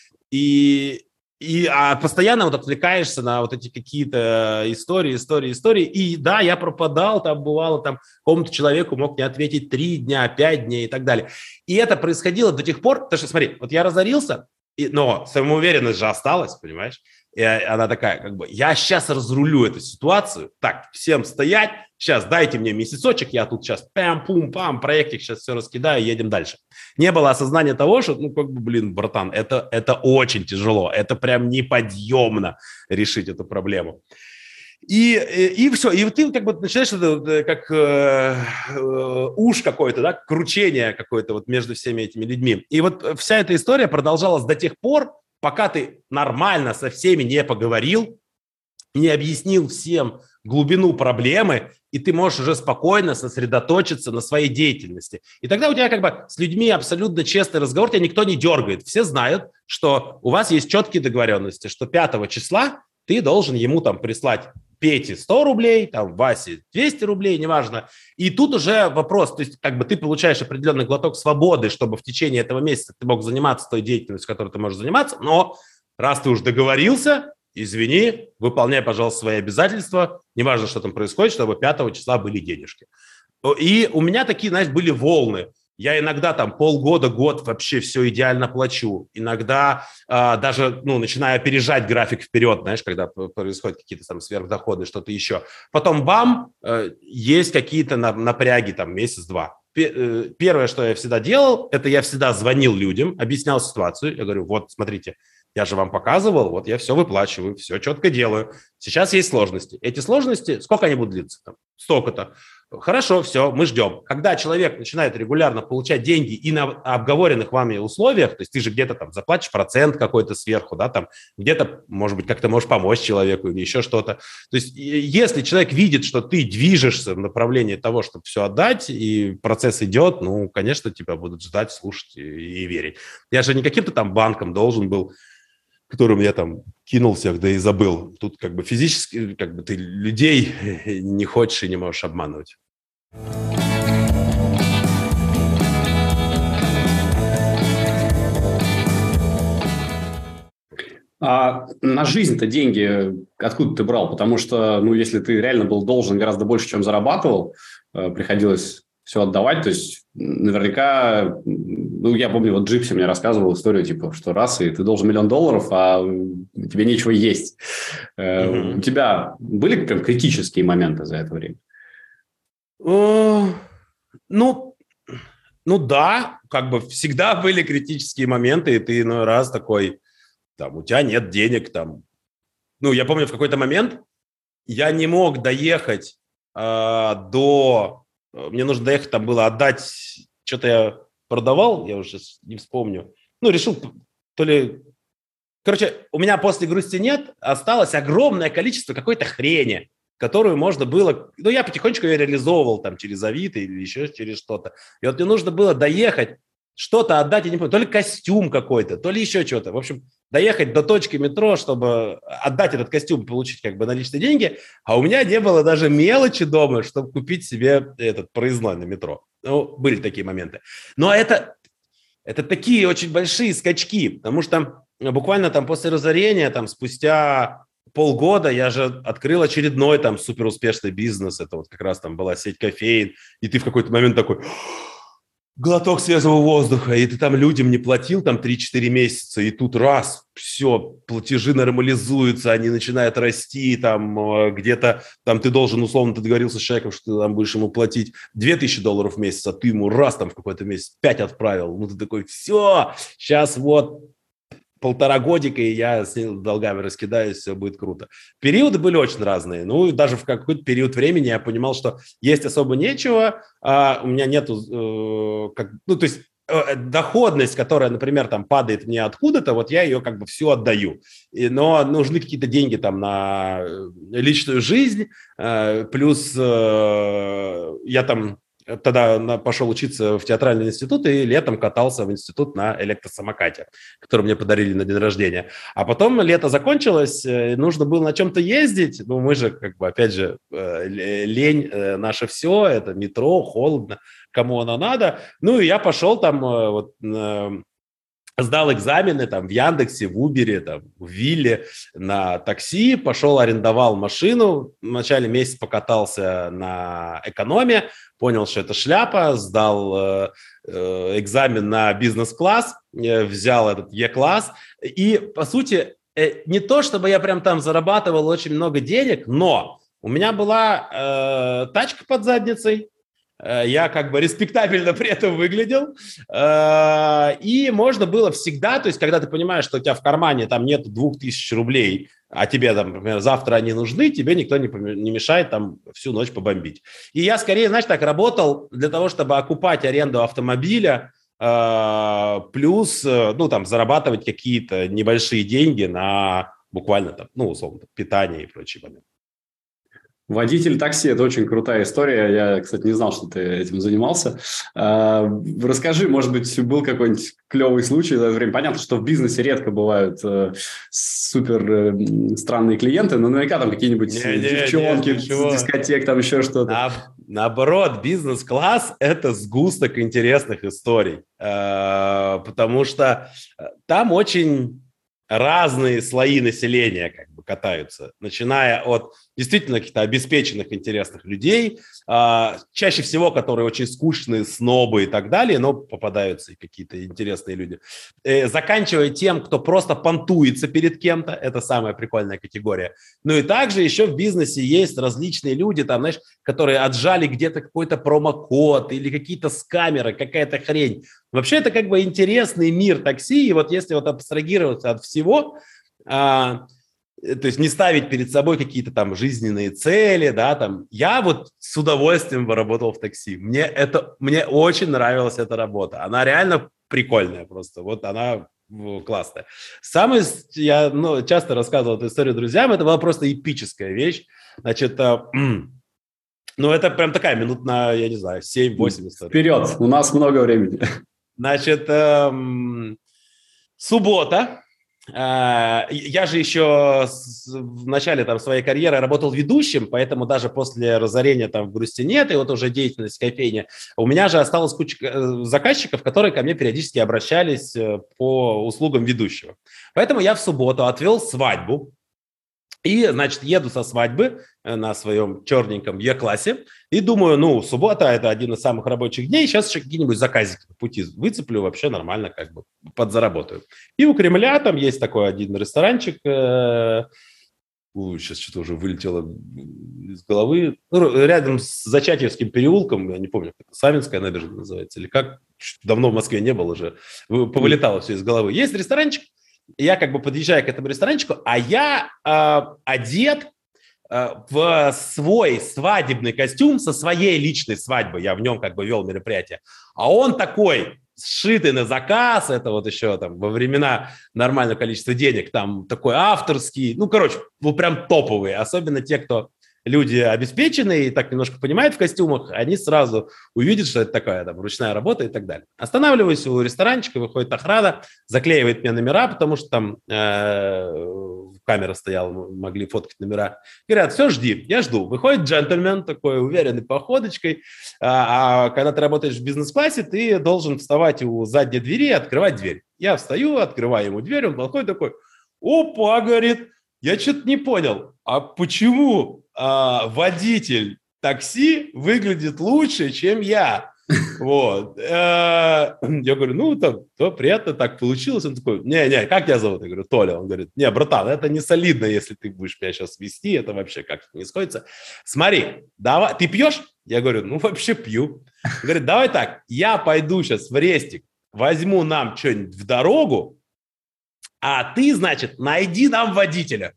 а постоянно вот отвлекаешься на вот эти какие-то истории. И да, я пропадал, там бывало, там какому-то человеку мог не ответить 3 дня, 5 дней и так далее. И это происходило до тех пор, потому что, смотри, вот я разорился, но самоуверенность же осталась, понимаешь? И она такая, как бы, я сейчас разрулю эту ситуацию. Так, всем стоять, сейчас дайте мне месяцочек, я тут сейчас пам-пум-пам, проектик сейчас все раскидаю, едем дальше. Не было осознания того, что, ну, как бы, блин, братан, это очень тяжело, это прям неподъемно решить эту проблему. И все, и ты как бы начинаешь это как уж какое-то, да, кручение какое-то вот между всеми этими людьми. И вот вся эта история продолжалась до тех пор, пока ты нормально со всеми не поговорил, не объяснил всем глубину проблемы, и ты можешь уже спокойно сосредоточиться на своей деятельности. И тогда у тебя как бы с людьми абсолютно честный разговор, тебя никто не дергает. Все знают, что у вас есть четкие договоренности, что 5 числа ты должен ему там прислать Пете 100 рублей, там, Васе 200 рублей, неважно. И тут уже вопрос, то есть как бы ты получаешь определенный глоток свободы, чтобы в течение этого месяца ты мог заниматься той деятельностью, которой ты можешь заниматься, но раз ты уже договорился, извини, выполняй, пожалуйста, свои обязательства, неважно, что там происходит, чтобы 5 числа были денежки. И у меня такие, знаешь, были волны. Я иногда там полгода, год вообще все идеально плачу. Иногда даже, начинаю опережать график вперед, знаешь, когда происходят какие-то там сверхдоходы, что-то еще. Потом бам, есть какие-то напряги, там, месяц-два. Первое, что я всегда делал, это я всегда звонил людям, объяснял ситуацию. Я говорю, вот, смотрите, я же вам показывал, вот я все выплачиваю, все четко делаю. Сейчас есть сложности. Эти сложности, сколько они будут длиться? Там, столько-то. Хорошо, все, мы ждем. Когда человек начинает регулярно получать деньги и на обговоренных вами условиях, то есть ты же где-то там заплатишь процент какой-то сверху, да, там где-то, может быть, как-то можешь помочь человеку или еще что-то. То есть если человек видит, что ты движешься в направлении того, чтобы все отдать, и процесс идет, конечно, тебя будут ждать, слушать и верить. Я же не каким-то там банком должен был, которым я там кинул всех, да и забыл. Тут как бы физически, как бы ты людей не хочешь и не можешь обманывать. А на жизнь-то деньги откуда ты брал? Потому что, если ты реально был должен гораздо больше, чем зарабатывал, приходилось все отдавать, то есть наверняка, я помню, вот Джипси мне рассказывал историю, типа, что раз, и ты должен $1 000 000, а тебе нечего есть. У тебя были прям критические моменты за это время? Да, как бы всегда были критические моменты, и ты иной раз такой, там, у тебя нет денег, там. Я помню, в какой-то момент я не мог доехать мне нужно доехать, там было отдать, что-то я продавал, я уже не вспомню. Решил, то ли... Короче, у меня после «Грусти нет» осталось огромное количество какой-то хрени, которую можно было... я потихонечку ее реализовывал там через Авито или еще через что-то. И вот мне нужно было доехать, что-то отдать, я не помню, то ли костюм какой-то, то ли еще что-то. В общем, доехать до точки метро, чтобы отдать этот костюм, получить как бы наличные деньги, а у меня не было даже мелочи дома, чтобы купить себе этот проездной на метро. Были такие моменты. Но это такие очень большие скачки, потому что буквально там после разорения, там спустя полгода я же открыл очередной там суперуспешный бизнес. Это вот как раз там была сеть кофеин, и ты в какой-то момент такой... глоток свежего воздуха, и ты там людям не платил там 3-4 месяца, и тут раз, все, платежи нормализуются, они начинают расти, там где-то там ты должен, условно, ты договорился с человеком, что ты там будешь ему платить $2000 в месяц, а ты ему раз там в какой-то месяц 5 отправил, ты такой, все, сейчас вот 1,5 годика, и я с долгами раскидаюсь, все будет круто. Периоды были очень разные. Даже в какой-то период времени я понимал, что есть особо нечего, у меня нету, то есть доходность, которая, например, там падает мне откуда-то, вот я ее как бы всю отдаю. Но нужны какие-то деньги там на личную жизнь, плюс я там тогда пошел учиться в театральный институт и летом катался в институт на электросамокате, который мне подарили на день рождения. А потом лето закончилось, нужно было на чем-то ездить. Мы же, как бы, опять же, лень наше все, это метро, холодно, кому оно надо. И я пошел там... сдал экзамены там в Яндексе, в Убере, там, в Вилле на такси, пошел, арендовал машину, в начале месяца покатался на экономе, понял, что это шляпа, сдал экзамен на бизнес-класс, взял этот Е-класс, и, по сути, не то, чтобы я прям там зарабатывал очень много денег, но у меня была тачка под задницей, я как бы респектабельно при этом выглядел, и можно было всегда, то есть когда ты понимаешь, что у тебя в кармане там нет 2000 рублей, а тебе там, например, завтра они нужны, тебе никто не мешает там всю ночь побомбить. И я скорее, знаешь, так работал для того, чтобы окупать аренду автомобиля, плюс, там, зарабатывать какие-то небольшие деньги на буквально там, условно, питание и прочие моменты. Водитель такси – это очень крутая история. Я, кстати, не знал, что ты этим занимался. Расскажи, может быть, был какой-нибудь клевый случай за это время? Понятно, что в бизнесе редко бывают супер странные клиенты, но наверняка там какие-нибудь девчонки с дискотек, там еще что-то. Наоборот, бизнес-класс – это сгусток интересных историй, потому что там очень разные слои населения, как бы. катаются, начиная от действительно каких-то обеспеченных, интересных людей, чаще всего, которые очень скучные, снобы и так далее, но попадаются и какие-то интересные люди, заканчивая тем, кто просто понтуется перед кем-то, это самая прикольная категория. Ну и также еще в бизнесе есть различные люди, там, знаешь, которые отжали где-то какой-то промокод или какие-то скамеры, какая-то хрень. Вообще это как бы интересный мир такси, и вот если вот абстрагироваться от всего, то есть не ставить перед собой какие-то там жизненные цели, да, там, я вот с удовольствием бы работал в такси. Мне очень нравилась эта работа. Она реально прикольная просто. Вот она классная. Я часто рассказывал эту историю друзьям, это была просто эпическая вещь. Значит, это прям такая минут на, я не знаю, 7-8 историй. Вперед, у нас много времени. Значит, суббота. Я же еще в начале там своей карьеры работал ведущим, поэтому даже после разорения там в Грустинет и вот уже деятельность кофейни, у меня же осталась куча заказчиков, которые ко мне периодически обращались по услугам ведущего. Поэтому я в субботу отвел свадьбу. И, значит, еду со свадьбы на своем черненьком Е-классе и думаю, суббота – это один из самых рабочих дней, сейчас еще какие-нибудь заказики по пути выцеплю, вообще нормально как бы подзаработаю. И у Кремля там есть такой один ресторанчик, сейчас что-то уже вылетело из головы, рядом с Зачатьевским переулком, я не помню, как это, Савинская набережная называется, или как, давно в Москве не был уже, повылетало все из головы. Есть ресторанчик. Я как бы подъезжаю к этому ресторанчику, а я одет в свой свадебный костюм со своей личной свадьбы. Я в нем как бы вел мероприятие. А он такой, сшитый на заказ, это вот еще там во времена нормального количества денег, там такой авторский, прям топовый. Особенно те, кто люди обеспеченные и так немножко понимают в костюмах, они сразу увидят, что это такая там ручная работа и так далее. Останавливаюсь у ресторанчика, выходит охрана, заклеивает мне номера, потому что там камера стояла, могли фоткать номера. Говорят, все, жди. Я жду. Выходит джентльмен такой, уверенной походочкой. А когда ты работаешь в бизнес-классе, ты должен вставать у задней двери и открывать дверь. Я встаю, открываю ему дверь, он подходит такой, опа, говорит, я что-то не понял, а почему водитель такси выглядит лучше, чем я? Вот. Я говорю, то приятно так получилось. Он такой, не, как тебя зовут? Я говорю, Толя. Он говорит, не, братан, это не солидно, если ты будешь меня сейчас вести, это вообще как-то не сходится. Смотри, давай, ты пьешь? Я говорю, вообще пью. Он говорит, давай так, я пойду сейчас в рестик, возьму нам что-нибудь в дорогу, а ты, значит, найди нам водителя.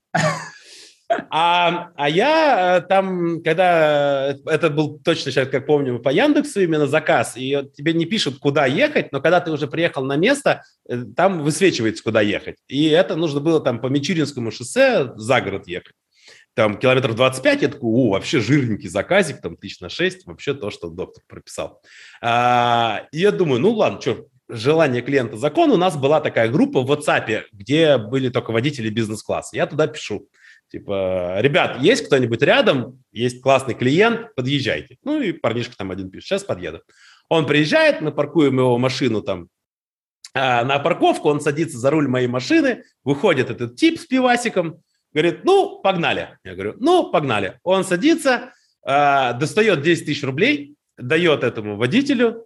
А я там, когда это был точно сейчас, как помню, по Яндексу именно заказ, и тебе не пишут, куда ехать, но когда ты уже приехал на место, там высвечивается, куда ехать. И это нужно было там по Мичуринскому шоссе за город ехать. Там километров 25, я такой, вообще жирненький заказик, там 1000 на 6, вообще то, что доктор прописал. И я думаю, ладно, что, желание клиента закон. У нас была такая группа в WhatsApp, где были только водители бизнес-класса. Я туда пишу, типа, ребят, есть кто-нибудь рядом, есть классный клиент, подъезжайте. И парнишка там один пишет, сейчас подъеду. Он приезжает, мы паркуем его машину там на парковку, он садится за руль моей машины, выходит этот тип с пивасиком, говорит, погнали. Я говорю, погнали. Он садится, достает 10 000 рублей, дает этому водителю.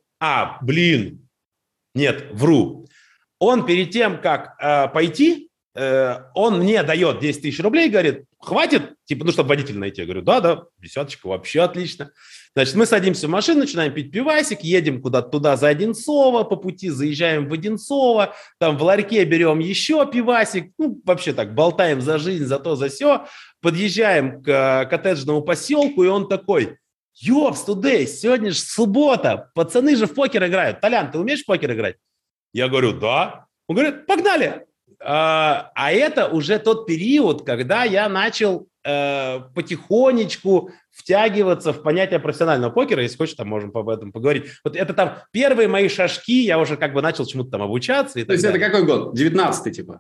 Нет, вру. Он перед тем, как пойти, он мне дает 10 000 рублей, говорит, хватит, чтобы водителя найти. Я говорю, да, 10, вообще отлично. Значит, мы садимся в машину, начинаем пить пивасик, едем куда-то туда за Одинцово, по пути заезжаем в Одинцово, там в ларьке берем еще пивасик, вообще так, болтаем за жизнь, за то, за сё, подъезжаем к коттеджному поселку, и он такой, ёпс, тудей, сегодня же суббота, пацаны же в покер играют. Толян, ты умеешь в покер играть? Я говорю, да. Он говорит, погнали. А это уже тот период, когда я начал потихонечку втягиваться в понятие профессионального покера. Если хочешь, там можем об этом поговорить. Вот это там первые мои шажки, я уже как бы начал чему-то там обучаться. То есть это какой год? 19-й типа?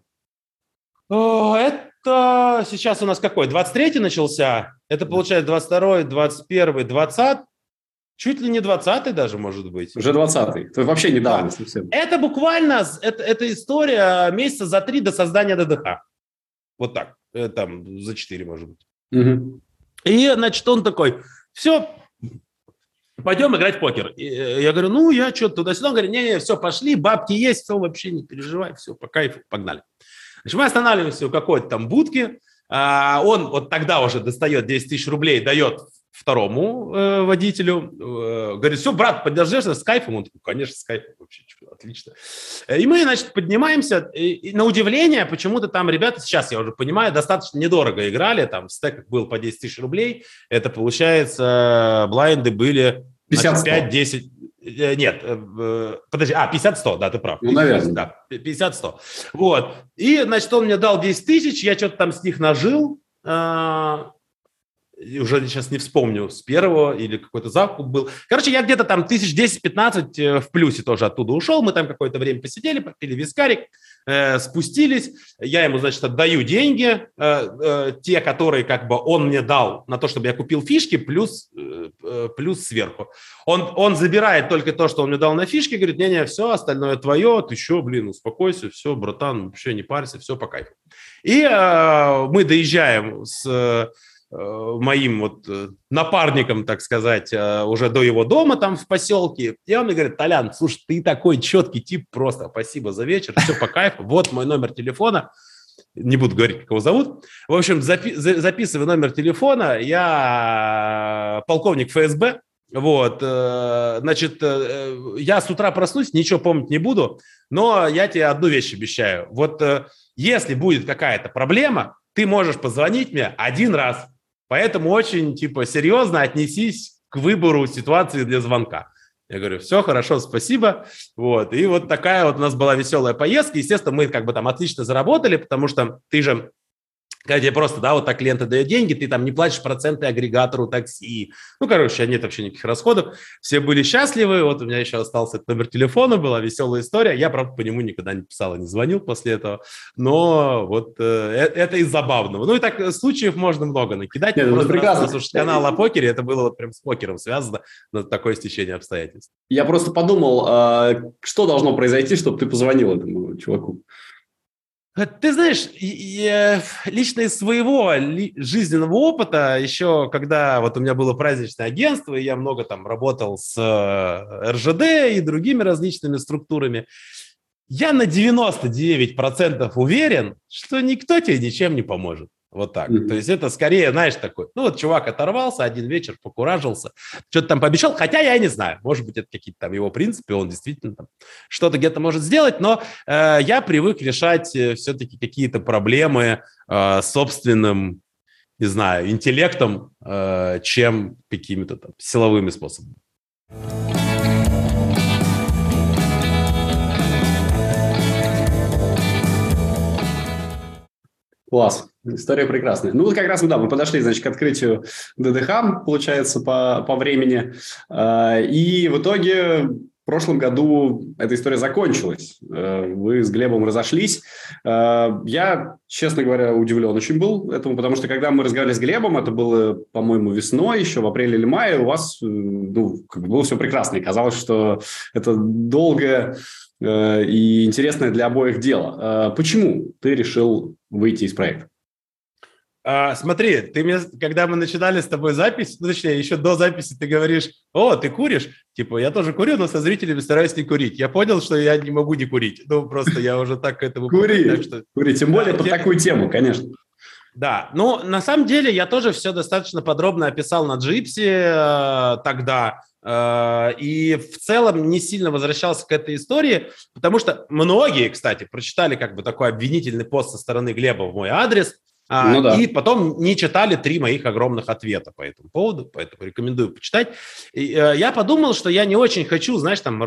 Это сейчас у нас какой? 23-й начался. Это получается 22-й, 21-й, 20-й. Чуть ли не 20-й даже, может быть. Уже 20-й. То есть вообще недавно совсем. Это буквально, это история месяца за 3 до создания ДДХ. Вот так. там за 4, может быть. Мгм. И, значит, он такой, все, пойдем играть в покер. И я говорю, ну, я что-то туда-сюда. Он говорит, не-не, все, пошли, бабки есть, все, вообще не переживай, все, по кайфу, погнали. Значит, мы останавливаемся у какой-то там будки. Он вот тогда уже достает 10 тысяч рублей, дает второму водителю. Говорит, все, брат, поддержишься с кайфом? Он такой, конечно, с кайфом, вообще, отлично. И мы, значит, поднимаемся. И на удивление, почему-то там ребята, сейчас я уже понимаю, достаточно недорого играли. Там стек был по 10 тысяч рублей. Это, получается, блайнды были 5-10... Нет, подожди, 50-100, да, ты прав. Ну, наверное. Да, 50-100. Вот. И, значит, он мне дал 10 тысяч, я что-то там с них нажил, уже сейчас не вспомню, с первого или какой-то закуп был. Короче, я где-то там 10-15 в плюсе тоже оттуда ушел. Мы там какое-то время посидели, попили вискарик, спустились. Я ему, значит, отдаю деньги, те, которые как бы он мне дал на то, чтобы я купил фишки, плюс сверху. Он забирает только то, что он мне дал на фишки, говорит, не-не, все, остальное твое, ты что, блин, успокойся, все, братан, вообще не парься, все по кайфу. И мы доезжаем с моим вот напарником, так сказать, уже до его дома там в поселке. И он мне говорит, Толян, слушай, ты такой четкий тип, просто спасибо за вечер, все по кайфу, вот мой номер телефона. Не буду говорить, как его зовут. В общем, записывай номер телефона. Я полковник ФСБ. Вот, значит, я с утра проснусь, ничего помнить не буду, но я тебе одну вещь обещаю. Вот если будет какая-то проблема, ты можешь позвонить мне один раз. Поэтому очень, типа, серьезно отнесись к выбору ситуации для звонка. Я говорю, все, хорошо, спасибо. Вот. И вот такая вот у нас была веселая поездка. Естественно, мы как бы там отлично заработали, потому что ты же, когда тебе просто, да, вот так клиенты дают деньги, ты там не платишь проценты агрегатору такси. Ну, короче, нет вообще никаких расходов. Все были счастливы. Вот у меня еще остался этот номер телефона, была веселая история. Я, правда, по нему никогда не писал и не звонил после этого. Но вот это из забавного. Ну, и так случаев можно много накидать. Нет, просто прекрасно. Слушать канал о покере, это было вот прям с покером связано, но такое стечение обстоятельств. Я просто подумал, что должно произойти, чтобы ты позвонил этому чуваку? Ты знаешь, лично из своего жизненного опыта, еще когда вот у меня было праздничное агентство, и я много там работал с РЖД и другими различными структурами, я на 99% уверен, что никто тебе ничем не поможет. Вот так. То есть это скорее, знаешь, такой, ну вот чувак оторвался, один вечер покуражился, что-то там пообещал, хотя я не знаю, может быть, это какие-то там его принципы, он действительно там что-то где-то может сделать, но я привык решать все-таки какие-то проблемы собственным, не знаю, интеллектом, чем какими-то там силовыми способами. Класс. История прекрасная. Ну, вот как раз, да, мы подошли, значит, к открытию ДДХ, получается, по времени. И в итоге в прошлом году эта история закончилась. Вы с Глебом разошлись. Я, честно говоря, удивлен очень был этому, потому что когда мы разговаривали с Глебом, это было, по-моему, весной, еще в апреле или мае, у вас как бы было все прекрасно. И казалось, что это долгое и интересное для обоих дело. Почему ты решил выйти из проекта? Смотри, ты мне, когда мы начинали с тобой запись, ну, точнее, еще до записи ты говоришь, о, ты куришь? Типа, я тоже курю, но со зрителями стараюсь не курить. Я понял, что я не могу не курить. Ну, просто я уже так к этому... Кури, тем более по такую тему, конечно. Да, ну, на самом деле, я тоже все достаточно подробно описал на Джипсе тогда, и в целом не сильно возвращался к этой истории, потому что многие, кстати, прочитали как бы такой обвинительный пост со стороны Глеба в мой адрес, ну, да. И потом не читали 3 моих огромных ответа по этому поводу, поэтому рекомендую почитать. И, я подумал, что я не очень хочу, знаешь, там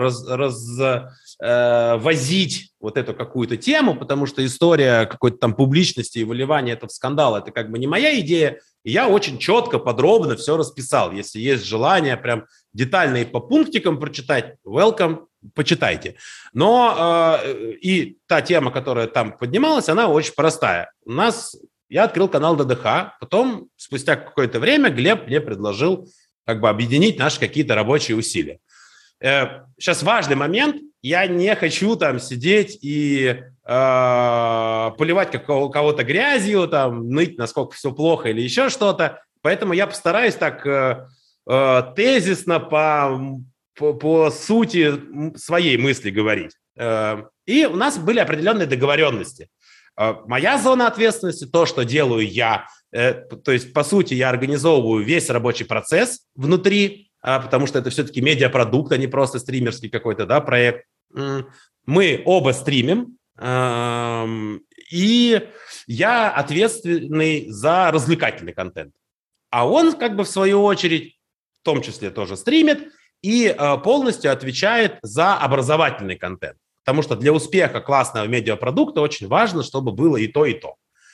возить вот эту какую-то тему, потому что история какой-то там публичности и выливания этого в скандал, это как бы не моя идея. И я очень четко, подробно все расписал. Если есть желание прям детально и по пунктикам прочитать, welcome, почитайте. Но и та тема, которая там поднималась, она очень простая. Я открыл канал ДДХ, потом, спустя какое-то время, Глеб мне предложил как бы объединить наши какие-то рабочие усилия. сейчас важный момент. Я не хочу там сидеть и поливать кого-то грязью, там, ныть, насколько все плохо или еще что-то. Поэтому я постараюсь так тезисно по сути своей мысли говорить. И у нас были определенные договоренности. Моя зона ответственности, то, что делаю я, то есть, по сути, я организовываю весь рабочий процесс внутри, потому что это все-таки медиапродукт, а не просто стримерский какой-то, да, проект. Мы оба стримим, и я ответственный за развлекательный контент. А он, как бы, в свою очередь, в том числе тоже стримит и полностью отвечает за образовательный контент. Потому что для успеха классного медиапродукта очень важно, чтобы было и то, и то.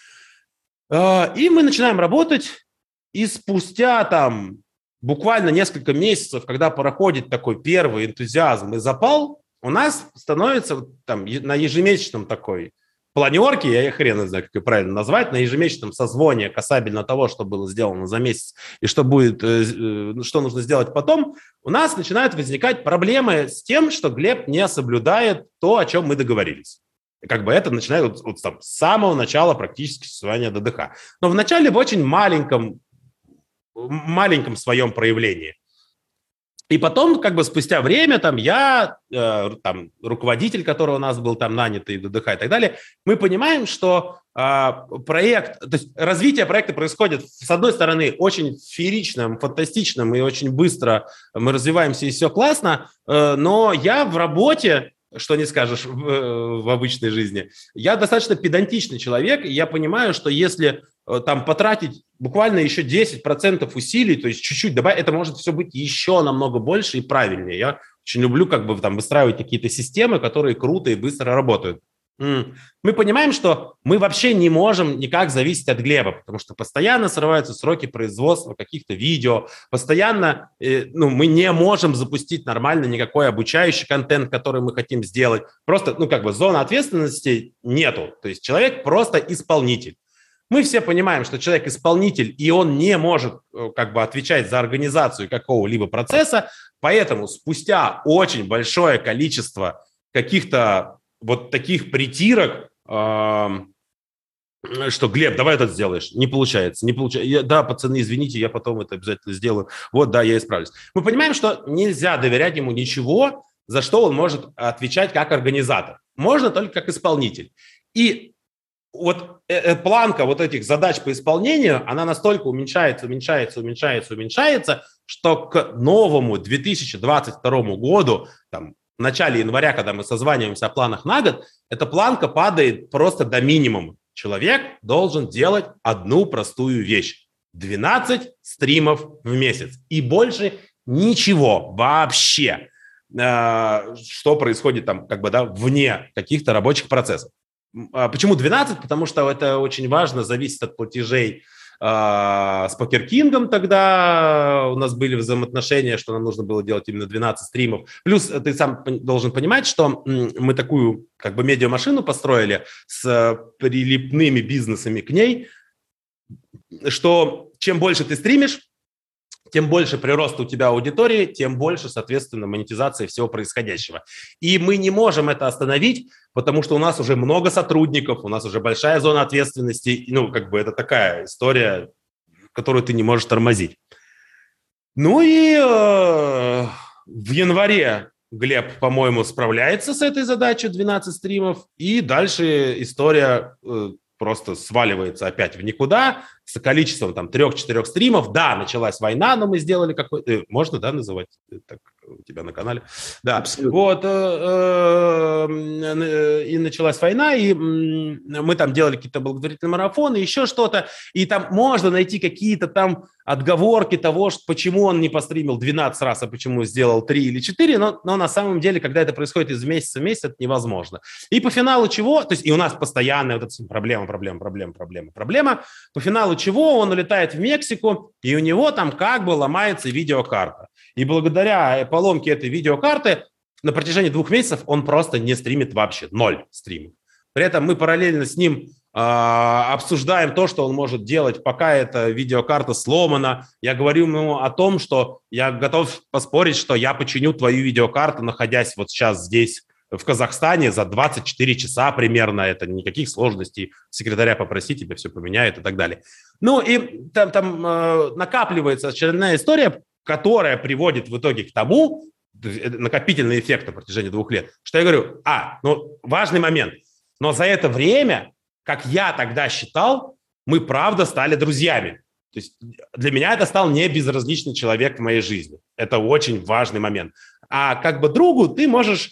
И мы начинаем работать, и спустя там буквально несколько месяцев, когда проходит такой первый энтузиазм и запал, у нас становится там на ежемесячном такой планерке, я хрен знаю, как ее правильно назвать, на ежемесячном созвоне касательно того, что было сделано за месяц и что будет, что нужно сделать потом, у нас начинают возникать проблемы с тем, что Глеб не соблюдает то, о чем мы договорились. И как бы это начинает вот там, с самого начала практически существования ДДХ. Но вначале в очень маленьком своем проявлении. И потом, как бы спустя время, там я, там руководитель, который у нас был там нанятый, ДДХ и так далее, мы понимаем, что проект, то есть развитие проекта происходит, с одной стороны, очень фееричным, фантастичным и очень быстро мы развиваемся, и все классно, но я в работе, что не скажешь в обычной жизни, я достаточно педантичный человек, и я понимаю, что если там потратить буквально еще 10% усилий, то есть чуть-чуть добавить, это может все быть еще намного больше и правильнее. Я очень люблю как бы там выстраивать какие-то системы, которые круто и быстро работают. Мы понимаем, что мы вообще не можем никак зависеть от Глеба, потому что постоянно срываются сроки производства каких-то видео, постоянно мы не можем запустить нормально никакой обучающий контент, который мы хотим сделать. Просто, как бы зоны ответственности нету, то есть человек просто исполнитель. Мы все понимаем, что человек исполнитель, и он не может как бы отвечать за организацию какого-либо процесса, поэтому спустя очень большое количество каких-то вот таких притирок, что, Глеб, давай это сделаешь. Не получается. Да, пацаны, извините, я потом это обязательно сделаю. Вот, да, я исправлюсь. Мы понимаем, что нельзя доверять ему ничего, за что он может отвечать как организатор. Можно только как исполнитель. И вот планка вот этих задач по исполнению, она настолько уменьшается, что к новому 2022 году, там, в начале января, когда мы созваниваемся о планах на год, эта планка падает просто до минимума. Человек должен делать одну простую вещь. 12 стримов в месяц. И больше ничего вообще, что происходит там как бы, да, вне каких-то рабочих процессов. Почему 12? Потому что это очень важно, зависит от платежей с Покер Кингом. Тогда у нас были взаимоотношения, что нам нужно было делать именно 12 стримов. Плюс ты сам должен понимать, что мы такую как бы медиамашину построили с прилипными бизнесами к ней, что чем больше ты стримишь, тем больше прирост у тебя аудитории, тем больше, соответственно, монетизация всего происходящего. И мы не можем это остановить, потому что у нас уже много сотрудников, у нас уже большая зона ответственности. Как бы это такая история, которую ты не можешь тормозить. Ну и в январе Глеб, по-моему, справляется с этой задачей, 12 стримов, и дальше история просто сваливается опять в никуда с количеством там 3-4 стримов. Да, началась война, но мы сделали какой-то... Можно, да, называть так у тебя на канале? Да, абсолютно. Вот. И началась война, и мы там делали какие-то благотворительные марафоны, еще что-то, и там можно найти какие-то там отговорки того, почему он не постримил 12 раз, а почему сделал 3 или 4, но на самом деле, когда это происходит из месяца в месяц, это невозможно. И по финалу чего... То есть и у нас постоянная вот эта проблема. По финалу чего он улетает в Мексику, и у него там как бы ломается видеокарта. И благодаря поломке этой видеокарты на протяжении 2 месяцев он просто не стримит вообще, 0 стримов. При этом мы параллельно с ним обсуждаем то, что он может делать, пока эта видеокарта сломана. Я говорю ему о том, что я готов поспорить, что я починю твою видеокарту, находясь вот сейчас здесь, в Казахстане, за 24 часа примерно. Это никаких сложностей. Секретаря попроси, тебе все поменяют и так далее. Ну и там накапливается очередная история, которая приводит в итоге к тому, накопительный эффект на протяжении 2 лет, что я говорю, важный момент, но за это время, как я тогда считал, мы правда стали друзьями. То есть для меня это стал не безразличный человек в моей жизни. Это очень важный момент. А как бы другу ты можешь,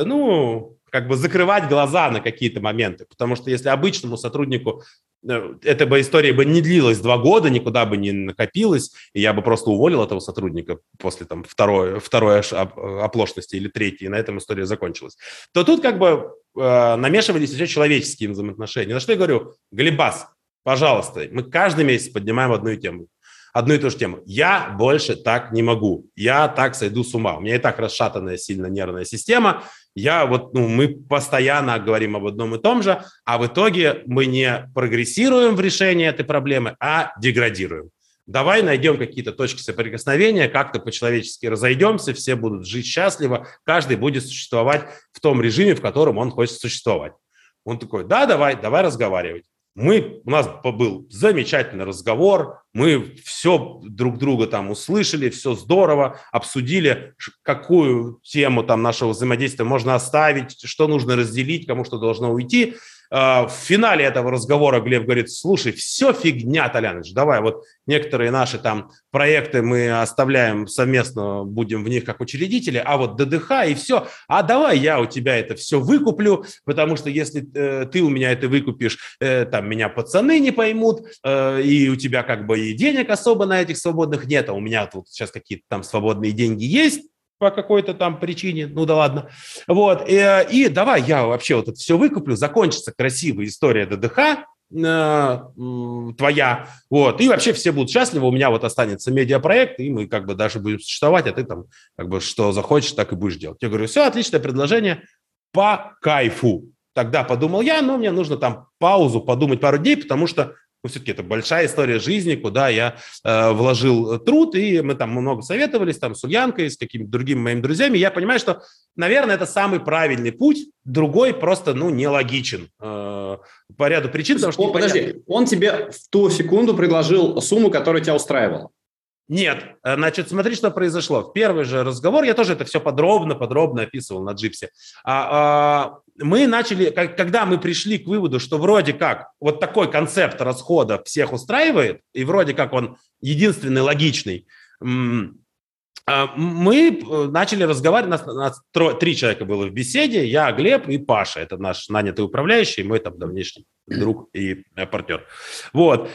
закрывать глаза на какие-то моменты. Потому что если обычному сотруднику эта бы история бы не длилась 2 года, никуда бы не накопилась, и я бы просто уволил этого сотрудника после второй оплошности или 3-й, и на этом история закончилась, то тут намешивались еще человеческие взаимоотношения. На что я говорю, Глебас, пожалуйста, мы каждый месяц поднимаем одну и ту же тему. Я больше так не могу. Я так сойду с ума. У меня и так расшатанная сильно нервная система. Мы постоянно говорим об одном и том же, а в итоге мы не прогрессируем в решении этой проблемы, а деградируем. Давай найдем какие-то точки соприкосновения, как-то по-человечески разойдемся, все будут жить счастливо, каждый будет существовать в том режиме, в котором он хочет существовать. Он такой, да, давай разговаривать. У нас был замечательный разговор, мы все друг друга там услышали, все здорово, обсудили, какую тему там нашего взаимодействия можно оставить, что нужно разделить, кому что должно уйти. В финале этого разговора Глеб говорит, слушай, все фигня, Толяныч, давай, вот некоторые наши там проекты мы оставляем совместно, будем в них как учредители, а вот ДДХ и все, а давай я у тебя это все выкуплю, потому что если ты у меня это выкупишь, там меня пацаны не поймут, и у тебя и денег особо на этих свободных нет, а у меня тут сейчас какие-то там свободные деньги есть, по какой-то там причине, ну да ладно. Вот, и давай я вообще вот это все выкуплю, закончится красивая история ДДХ твоя, вот, и вообще все будут счастливы, у меня вот останется медиапроект, и мы даже будем существовать, а ты там что захочешь, так и будешь делать. Я говорю, все, отличное предложение, по кайфу. Тогда подумал я, но мне нужно там паузу, подумать пару дней, потому что все-таки это большая история жизни, куда я вложил труд, и мы там много советовались там с Ульянкой, с какими-то другими моими друзьями. Я понимаю, что, наверное, это самый правильный путь, другой просто, нелогичен по ряду причин. Потому что подожди, он тебе в ту секунду предложил сумму, которая тебя устраивала? Нет, значит, смотри, что произошло. В первый же разговор, я тоже это все подробно описывал на Джипсе. Мы начали, когда мы пришли к выводу, что вроде как вот такой концепт расхода всех устраивает, и вроде как он единственный логичный, мы начали разговаривать, нас 3 человека было в беседе, я, Глеб и Паша, это наш нанятый управляющий, мой там давнишний друг и партнер. Вот.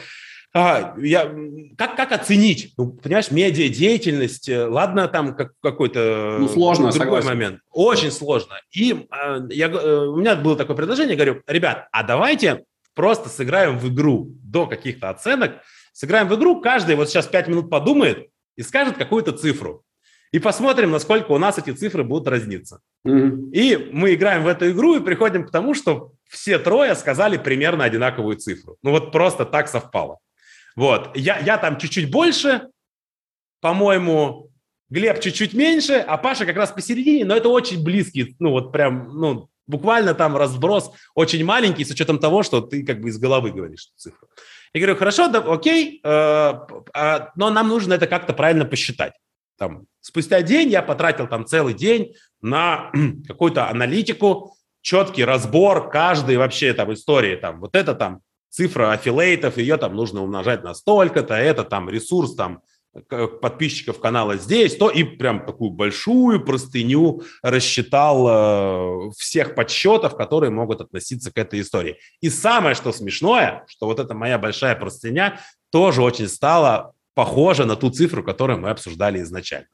Как оценить? Понимаешь, медиадеятельность, ладно, там какой-то сложно, другой согласен. момент. Очень сложно. И у меня было такое предложение, говорю, ребят, а давайте просто сыграем в игру до каких-то оценок. Сыграем в игру, каждый вот сейчас 5 минут подумает и скажет какую-то цифру. И посмотрим, насколько у нас эти цифры будут разниться. Mm-hmm. И мы играем в эту игру и приходим к тому, что все 3 сказали примерно одинаковую цифру. Вот просто так совпало. Вот, я там чуть-чуть больше, по-моему, Глеб чуть-чуть меньше, а Паша как раз посередине, но это очень близкий, буквально там разброс очень маленький, с учетом того, что ты из головы говоришь эту цифру. Я говорю, хорошо, да, окей, но нам нужно это как-то правильно посчитать. Спустя день я потратил целый день на какую-то аналитику, четкий разбор каждой вообще истории, вот это цифра аффилейтов, ее нужно умножать на столько-то, это ресурс подписчиков канала здесь, то и прям такую большую простыню рассчитал всех подсчетов, которые могут относиться к этой истории. И самое, что смешное, что вот эта моя большая простыня тоже очень стала похожа на ту цифру, которую мы обсуждали изначально.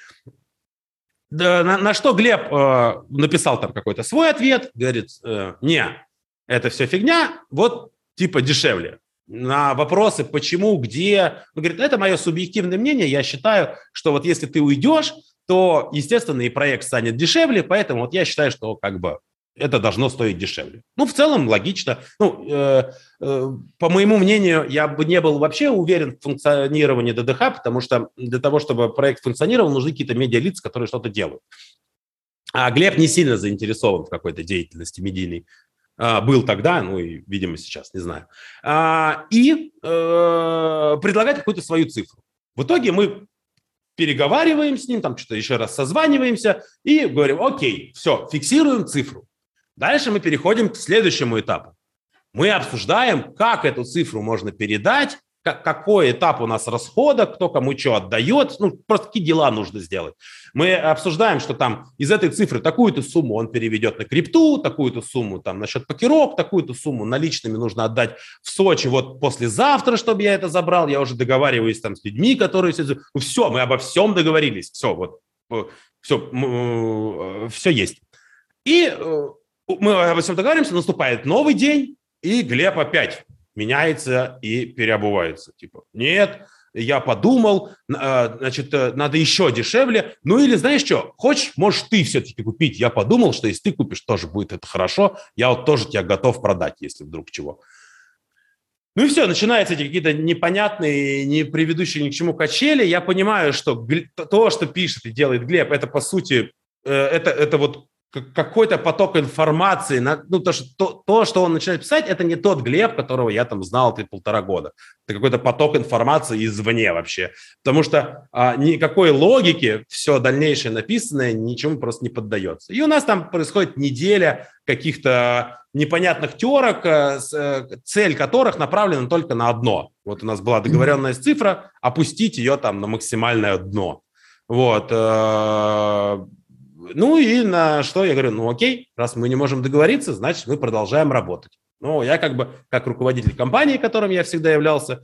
На что Глеб написал какой-то свой ответ, говорит, не, это все фигня, вот дешевле. На вопросы, почему, где, он говорит, это мое субъективное мнение, я считаю, что вот если ты уйдешь, то, естественно, и проект станет дешевле, поэтому вот я считаю, что это должно стоить дешевле. Ну, в целом, логично. Ну, по моему мнению, я бы не был вообще уверен в функционировании ДДХ, потому что для того, чтобы проект функционировал, нужны какие-то медиалицы, которые что-то делают. А Глеб не сильно заинтересован в какой-то деятельности медийной. Был тогда, ну и, видимо, сейчас, не знаю. И предлагать какую-то свою цифру. В итоге мы переговариваем с ним, там что-то еще раз созваниваемся и говорим, окей, все, фиксируем цифру. Дальше мы переходим к следующему этапу. Мы обсуждаем, как эту цифру можно передать, какой этап у нас расхода, кто кому что отдает, ну, просто какие дела нужно сделать. Мы обсуждаем, что там из этой цифры такую-то сумму он переведет на крипту, такую-то сумму там на счет покерок, такую-то сумму наличными нужно отдать в Сочи вот послезавтра, чтобы я это забрал. Я уже договариваюсь там с людьми, которые... Ну, все, мы обо всем договорились. Все, вот, все есть. И мы обо всем договариваемся, наступает новый день, и Глеб опять меняется и переобувается. Типа, нет, я подумал, значит, надо еще дешевле. Ну или знаешь что, хочешь, можешь ты все-таки купить. Я подумал, что если ты купишь, тоже будет это хорошо. Я вот тоже тебя готов продать, если вдруг чего. Ну и все, начинаются эти какие-то непонятные, не приведущие ни к чему качели. Я понимаю, что то, что пишет и делает Глеб, это по сути, это вот какой-то поток информации, ну, то, что он начинает писать, это не тот Глеб, которого я там знал 1,5 года. Это какой-то поток информации извне вообще. Потому что никакой логики все дальнейшее написанное ничему просто не поддается. И у нас там происходит неделя каких-то непонятных терок, цель которых направлена только на одно. Вот у нас была договоренная цифра, опустить ее там на максимальное дно. Вот. Ну и на что я говорю, ну окей, раз мы не можем договориться, значит мы продолжаем работать. Ну я как руководитель компании, которым я всегда являлся,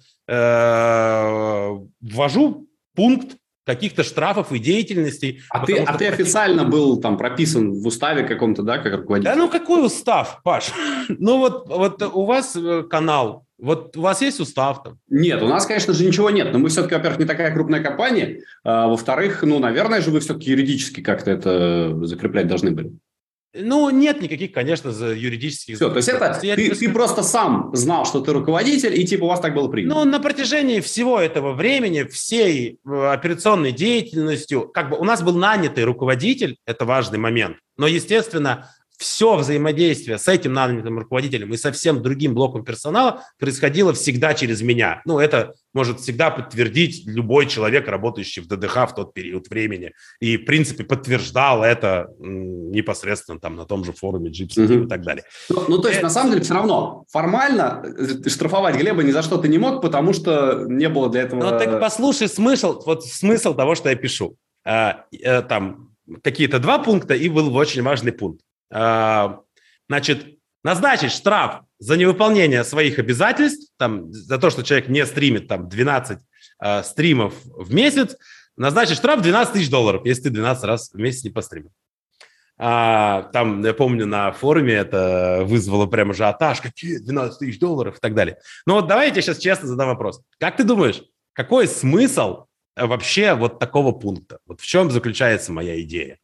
ввожу пункт каких-то штрафов и деятельностей. А ты официально был там прописан в уставе каком-то, да, как руководитель? Да ну какой устав, Паш? Ну вот у вас канал, вот у вас есть устав там? Нет, у нас, конечно же, ничего нет. Но мы все-таки, во-первых, не такая крупная компания. Во-вторых, ну, наверное же, вы все-таки юридически как-то это закреплять должны были. Ну, нет никаких, конечно, юридических... Все, то есть это ты просто сам знал, что ты руководитель, и типа у вас так было принято. Ну, на протяжении всего этого времени, всей операционной деятельностью, как бы у нас был нанятый руководитель, это важный момент, но, естественно, все взаимодействие с этим нанятым руководителем и со всем другим блоком персонала происходило всегда через меня. Ну, это может всегда подтвердить любой человек, работающий в ДДХ в тот период времени. И, в принципе, подтверждал это непосредственно там на том же форуме GPC и так далее. Ну, то есть, на самом деле, все равно формально штрафовать Глеба ни за что ты не мог, потому что не было для этого... Ну, так послушай смысл того, что я пишу. Там какие-то 2 пункта, и был очень важный пункт. Значит, назначить штраф за невыполнение своих обязательств, там, за то, что человек не стримит там 12 стримов в месяц, назначить штраф $12 000, если ты 12 раз в месяц не постримил. Там, я помню, на форуме это вызвало прям ажиотаж, какие $12 000 и так далее. Но вот давай я тебе сейчас честно задам вопрос. Как ты думаешь, какой смысл вообще вот такого пункта? Вот в чем заключается моя идея?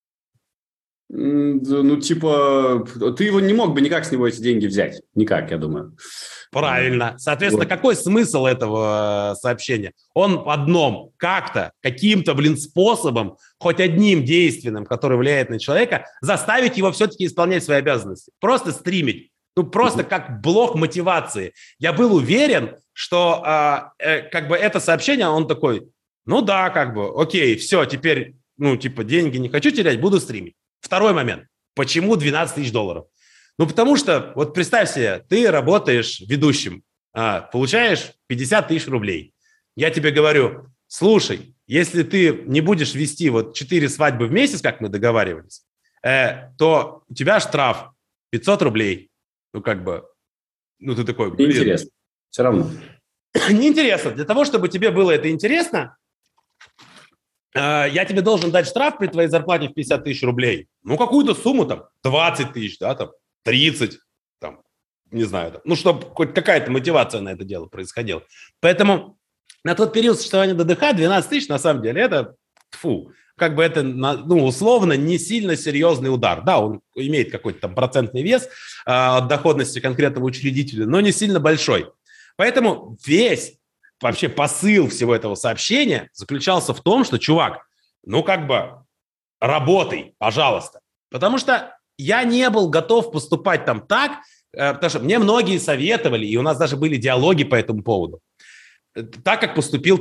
Ну, типа, ты его не мог бы никак с него эти деньги взять. Никак, я думаю. Правильно. Соответственно, какой смысл этого сообщения? Он в одном, каким-то, способом, хоть одним действенным, который влияет на человека, заставить его все-таки исполнять свои обязанности. Просто стримить. Ну, просто как блок мотивации. Я был уверен, что как бы это сообщение, он такой, ну да, как бы, окей, все, теперь, ну, типа, деньги не хочу терять, буду стримить. Второй момент. Почему $12 000? Ну, потому что, вот представь себе, ты работаешь ведущим, получаешь 50 000 рублей. Я тебе говорю, слушай, если ты не будешь вести вот 4 свадьбы в месяц, как мы договаривались, то у тебя штраф 500 рублей. Ну, как бы, ну, ты такой... Неинтересно. Все равно. Неинтересно. Для того, чтобы тебе было это интересно, я тебе должен дать штраф при твоей зарплате в 50 000 рублей. Ну, какую-то сумму там, 20 000, да, там, 30, там, не знаю, там, ну, чтобы хоть какая-то мотивация на это дело происходила. Поэтому на тот период существования ДДХ 12 000, на самом деле, это, как бы это, ну, условно, не сильно серьезный удар. Да, он имеет какой-то там процентный вес от доходности конкретного учредителя, но не сильно большой. Поэтому весь вообще посыл всего этого сообщения заключался в том, что, чувак, ну, как бы работай, пожалуйста. Потому что я не был готов поступать там так, потому что мне многие советовали, и у нас даже были диалоги по этому поводу. Так, как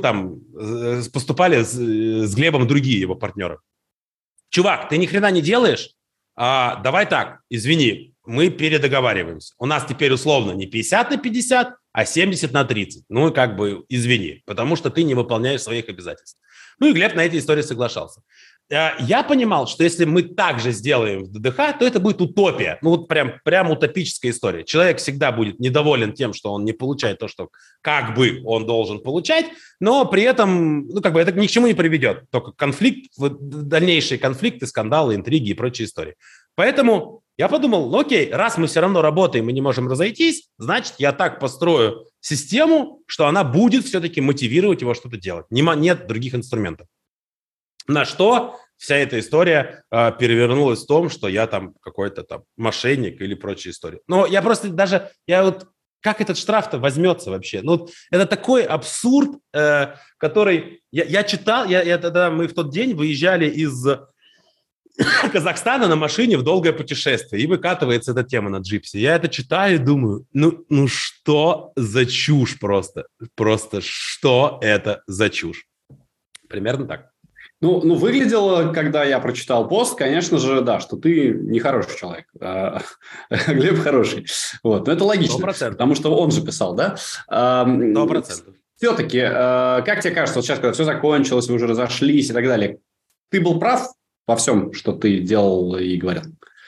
поступали с Глебом другие его партнеры. Чувак, ты ни хрена не делаешь? Давай так, извини, мы передоговариваемся. У нас теперь условно не 50/50, а 70/30. Ну, как бы, извини, потому что ты не выполняешь своих обязательств. Ну, и Глеб на эти истории соглашался. Я понимал, что если мы так же сделаем в ДДХ, то это будет утопия. Ну, вот прям утопическая история. Человек всегда будет недоволен тем, что он не получает то, что как бы он должен получать, но при этом, ну, как бы это ни к чему не приведет. Только конфликт, дальнейшие конфликты, скандалы, интриги и прочие истории. Поэтому я подумал, ну, окей, раз мы все равно работаем и не можем разойтись, значит, я так построю систему, что она будет все-таки мотивировать его что-то делать. Нет других инструментов. На что вся эта история перевернулась в том, что я там какой-то там мошенник или прочие истории. Но я просто даже, как этот штраф-то возьмется вообще? Ну, это такой абсурд, который я читал, тогда мы в тот день выезжали из Казахстана на машине в долгое путешествие, и выкатывается эта тема на джипсе. Я это читаю и думаю, ну что за чушь просто? Просто что это за чушь? Примерно так. Ну, выглядело, когда я прочитал пост, конечно же, да, что ты не хороший человек, а Глеб хороший. Вот, но это логично, 100%. потому что он же писал, да? 100%. Все-таки, как тебе кажется, вот сейчас, когда все закончилось, вы уже разошлись и так далее, ты был прав во всем, что ты делал и говорил?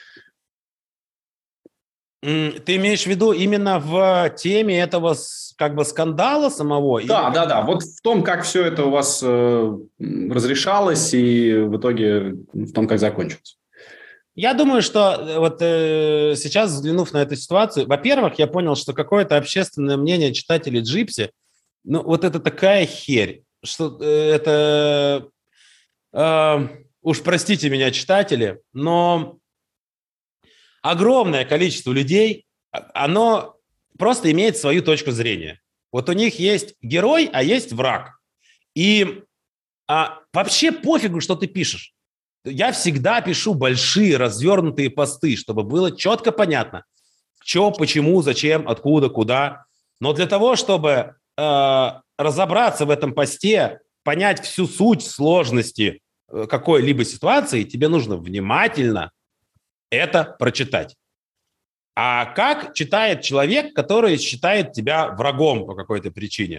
Ты имеешь в виду именно в теме этого как бы скандала самого? Да. Вот в том, как все это у вас разрешалось и в итоге в том, как закончилось. Я думаю, что вот сейчас, взглянув на эту ситуацию, во-первых, я понял, что какое-то общественное мнение читателей Джипси, ну вот это такая херь, что это... уж простите меня, читатели, но... огромное количество людей, оно просто имеет свою точку зрения. Вот у них есть герой, а есть враг. И вообще пофигу, что ты пишешь. Я всегда пишу большие развернутые посты, чтобы было четко понятно, что, почему, зачем, откуда, куда. Но для того, чтобы разобраться в этом посте, понять всю суть сложности какой-либо ситуации, тебе нужно внимательно это прочитать. А как читает человек, который считает тебя врагом по какой-то причине?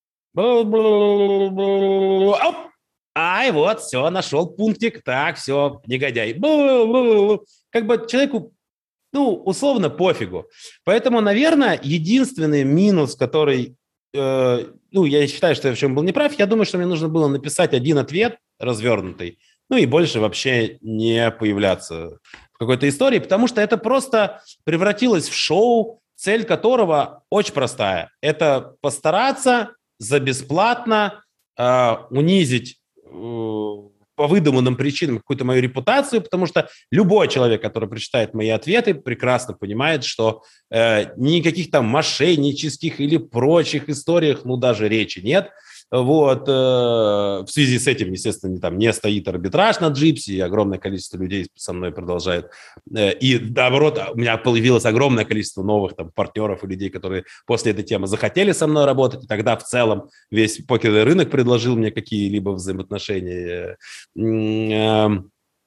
Ай, вот, все, нашел пунктик. Так, все, негодяй. Как бы человеку, условно, пофигу. Поэтому, наверное, единственный минус, который, я считаю, что я в чем был неправ, я думаю, что мне нужно было написать один ответ развернутый, и больше вообще не появляться в какой-то истории, потому что это просто превратилось в шоу, цель которого очень простая. Это постараться за бесплатно унизить по выдуманным причинам какую-то мою репутацию, потому что любой человек, который прочитает мои ответы, прекрасно понимает, что никаких там мошеннических или прочих историях, даже речи нет. Вот, в связи с этим, естественно, там не стоит арбитраж на Джипси, и огромное количество людей со мной продолжает. И, наоборот, у меня появилось огромное количество новых там партнеров и людей, которые после этой темы захотели со мной работать, и тогда в целом весь покерный рынок предложил мне какие-либо взаимоотношения. В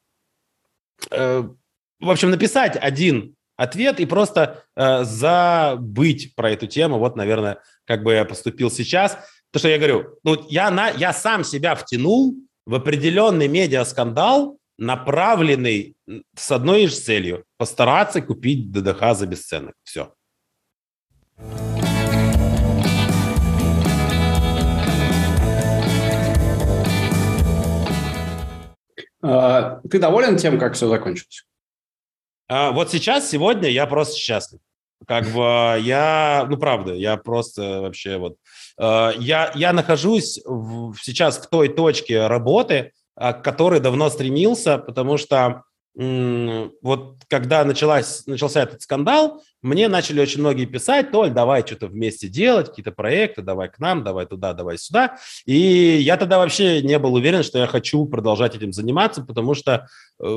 общем, написать один ответ и просто забыть про эту тему. Вот, наверное, как бы я поступил сейчас. То, что я говорю, я сам себя втянул в определенный медиаскандал, направленный с одной лишь целью – постараться купить ДДХ за бесценок. Все. Ты доволен тем, как все закончилось? Вот сейчас, сегодня я просто счастлив. Как бы правда, я просто вообще вот... Я нахожусь сейчас в той точке работы, к которой давно стремился, потому что вот когда начался этот скандал, мне начали очень многие писать: Толь, давай что-то вместе делать, какие-то проекты, давай к нам, давай туда, давай сюда. И я тогда вообще не был уверен, что я хочу продолжать этим заниматься, потому что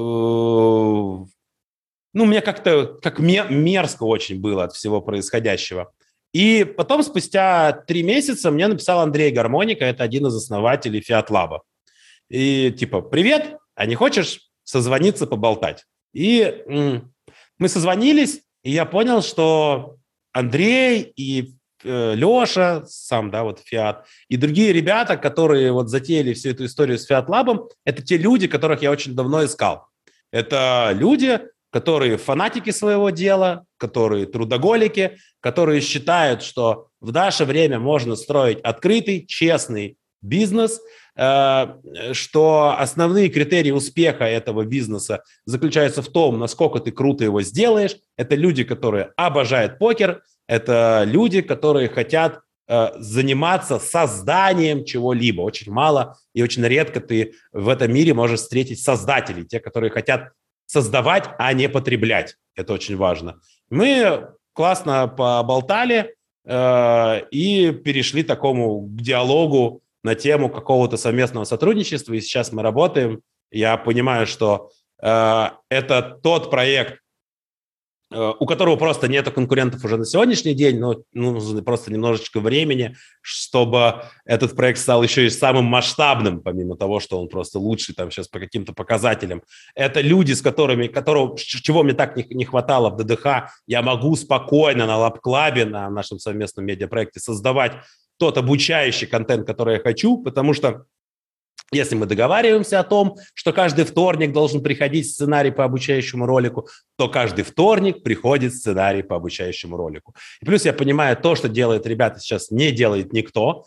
мне как-то мерзко очень было от всего происходящего. И потом, спустя 3 месяца, мне написал Андрей Гармоника, это один из основателей Fiat Lab. И типа: привет, а не хочешь созвониться, поболтать? И мы созвонились, и я понял, что Андрей и Леша, сам, да, вот Fiat, и другие ребята, которые вот затеяли всю эту историю с Fiat Lab, это те люди, которых я очень давно искал. Это люди, которые фанатики своего дела, которые трудоголики, которые считают, что в наше время можно строить открытый, честный бизнес, что основные критерии успеха этого бизнеса заключаются в том, насколько ты круто его сделаешь. Это люди, которые обожают покер, это люди, которые хотят заниматься созданием чего-либо. Очень мало и очень редко ты в этом мире можешь встретить создателей, те, которые хотят создавать, а не потреблять. Это очень важно. Мы классно поболтали и перешли к такому диалогу на тему какого-то совместного сотрудничества, и сейчас мы работаем. Я понимаю, что это тот проект, у которого просто нет конкурентов уже на сегодняшний день, но нужно просто немножечко времени, чтобы этот проект стал еще и самым масштабным, помимо того, что он просто лучший там сейчас по каким-то показателям. Это люди, чего мне так не хватало в ДДХ. Я могу спокойно на LabClub, на нашем совместном медиапроекте, создавать тот обучающий контент, который я хочу, потому что если мы договариваемся о том, что каждый вторник должен приходить сценарий по обучающему ролику, то каждый вторник приходит сценарий по обучающему ролику. И плюс я понимаю, то, что делают ребята сейчас, не делает никто.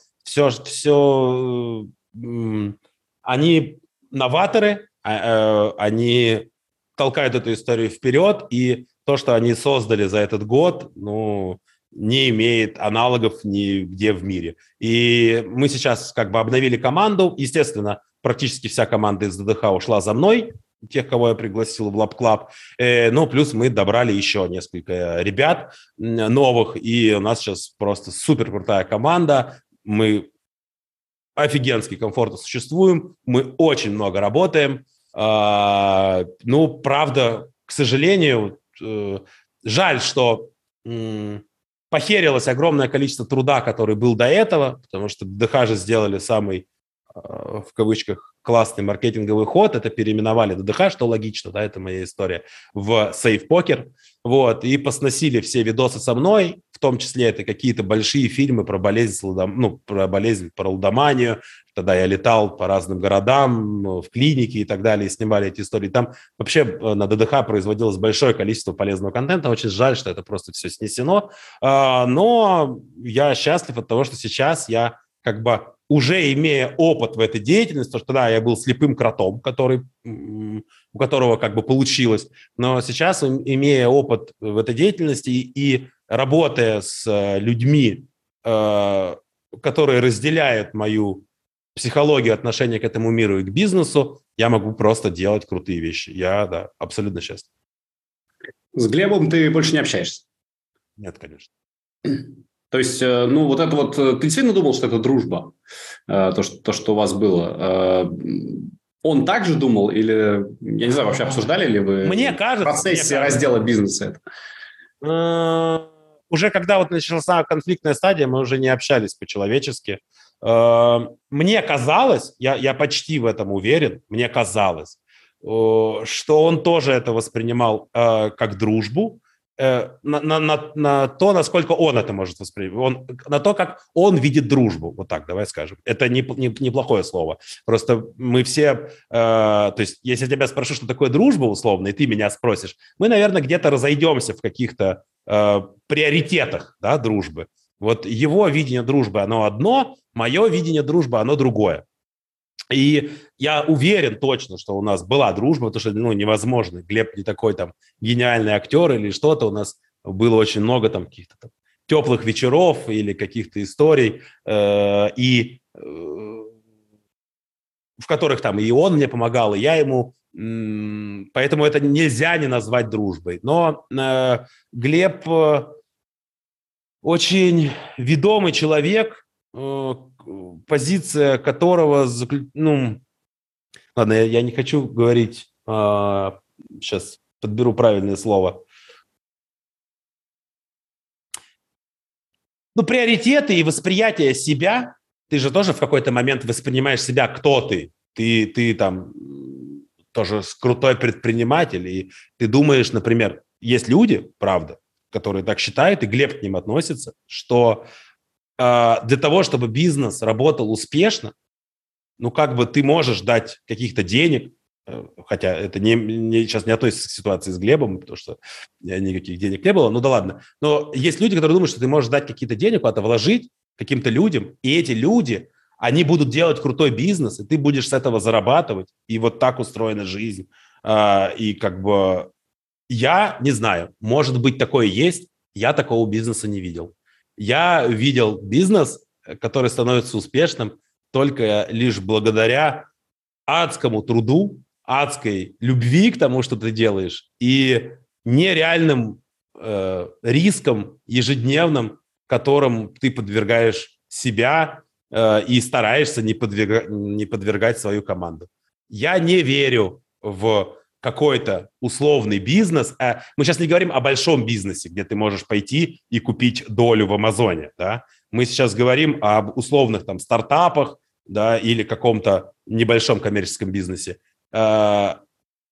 Они новаторы, они толкают эту историю вперед, и то, что они создали за этот год, не имеет аналогов нигде в мире. И мы сейчас как бы обновили команду. Естественно, практически вся команда из ДДХ ушла за мной, тех, кого я пригласил в LabClub. Но плюс мы добрали еще несколько ребят новых, и у нас сейчас просто супер крутая команда. Мы офигенски комфортно существуем, мы очень много работаем. Правда, к сожалению, жаль, что похерилось огромное количество труда, который был до этого, потому что ДДХ же сделали самый, в кавычках, классный маркетинговый ход, это переименовали ДДХ, что логично, да, это моя история, в Safe Poker, и посносили все видосы со мной, в том числе это какие-то большие фильмы про болезнь, про лудоманию. Тогда я летал по разным городам, в клинике и так далее, и снимали эти истории. Там вообще на ДДХ производилось большое количество полезного контента. Очень жаль, что это просто все снесено. Но я счастлив от того, что сейчас я как бы уже имея опыт в этой деятельности, потому что тогда я был слепым кротом, у которого как бы получилось. Но сейчас, имея опыт в этой деятельности и работая с людьми, которые разделяют мою психологию, отношение к этому миру и к бизнесу, я могу просто делать крутые вещи. Я, абсолютно счастлив. С Глебом ты больше не общаешься? Нет, конечно. То есть, ты действительно думал, что это дружба, то, что у вас было? Он также думал или, я не знаю, вообще обсуждали ли вы в процессе раздела бизнеса это? Уже когда началась конфликтная стадия, мы уже не общались по-человечески. Мне казалось, я почти в этом уверен, мне казалось, что он тоже это воспринимал как дружбу, на то, насколько он это может воспринимать, на то, как он видит дружбу, вот так, давай скажем. Это неплохое слово. Просто мы все, то есть если я тебя спрошу, что такое дружба условно, и ты меня спросишь, мы, наверное, где-то разойдемся в каких-то приоритетах, да, дружбы. Вот его видение дружбы, оно одно, мое видение дружбы, оно другое. И я уверен точно, что у нас была дружба, потому что, невозможно. Глеб не такой там гениальный актер или что-то. У нас было очень много там каких-то там теплых вечеров или каких-то историй. И в которых там и он мне помогал, и я ему, поэтому это нельзя не назвать дружбой. Но Глеб очень ведомый человек, позиция которого, ну, ладно, я не хочу говорить, сейчас подберу правильное слово. Ну, приоритеты и восприятие себя, ты же тоже в какой-то момент воспринимаешь себя, кто ты. Ты там тоже крутой предприниматель, и ты думаешь, например, есть люди, правда, которые так считают, и Глеб к ним относится, что для того, чтобы бизнес работал успешно, ну, как бы ты можешь дать каких-то денег, хотя это сейчас не относится к ситуации с Глебом, потому что никаких денег не было, ну да ладно. Но есть люди, которые думают, что ты можешь дать какие-то денег, куда-то вложить каким-то людям, и эти люди, они будут делать крутой бизнес, и ты будешь с этого зарабатывать, и вот так устроена жизнь. И как бы я не знаю, может быть, такое есть, я такого бизнеса не видел. Я видел бизнес, который становится успешным только лишь благодаря адскому труду, адской любви к тому, что ты делаешь, и нереальным рискам ежедневным, которым ты подвергаешь себя и стараешься не подвергать свою команду. Я не верю в какой-то условный бизнес. Мы сейчас не говорим о большом бизнесе, где ты можешь пойти и купить долю в Амазоне. Да? Мы сейчас говорим об условных там стартапах, да, или каком-то небольшом коммерческом бизнесе. Вот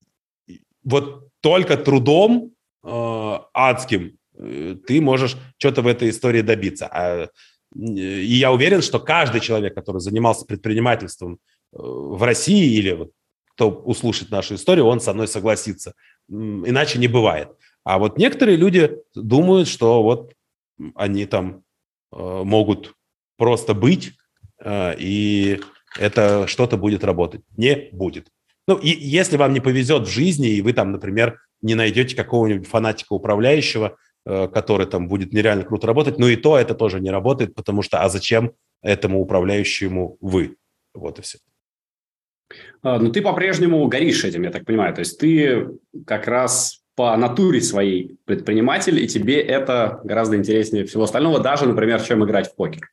только трудом адским ты можешь что-то в этой истории добиться. И я уверен, что каждый человек, который занимался предпринимательством в России или вот кто услышит нашу историю, он со мной согласится. Иначе не бывает. А вот некоторые люди думают, что вот они там могут просто быть, и это что-то будет работать. Не будет. Ну, и если вам не повезет в жизни, и вы там, например, не найдете какого-нибудь фанатика-управляющего, который там будет нереально круто работать, ну и то это тоже не работает, потому что а зачем этому управляющему вы? Вот и все. Но ты по-прежнему горишь этим, я так понимаю. То есть ты как раз по натуре своей предприниматель, и тебе это гораздо интереснее всего остального, даже, например, чем играть в покер.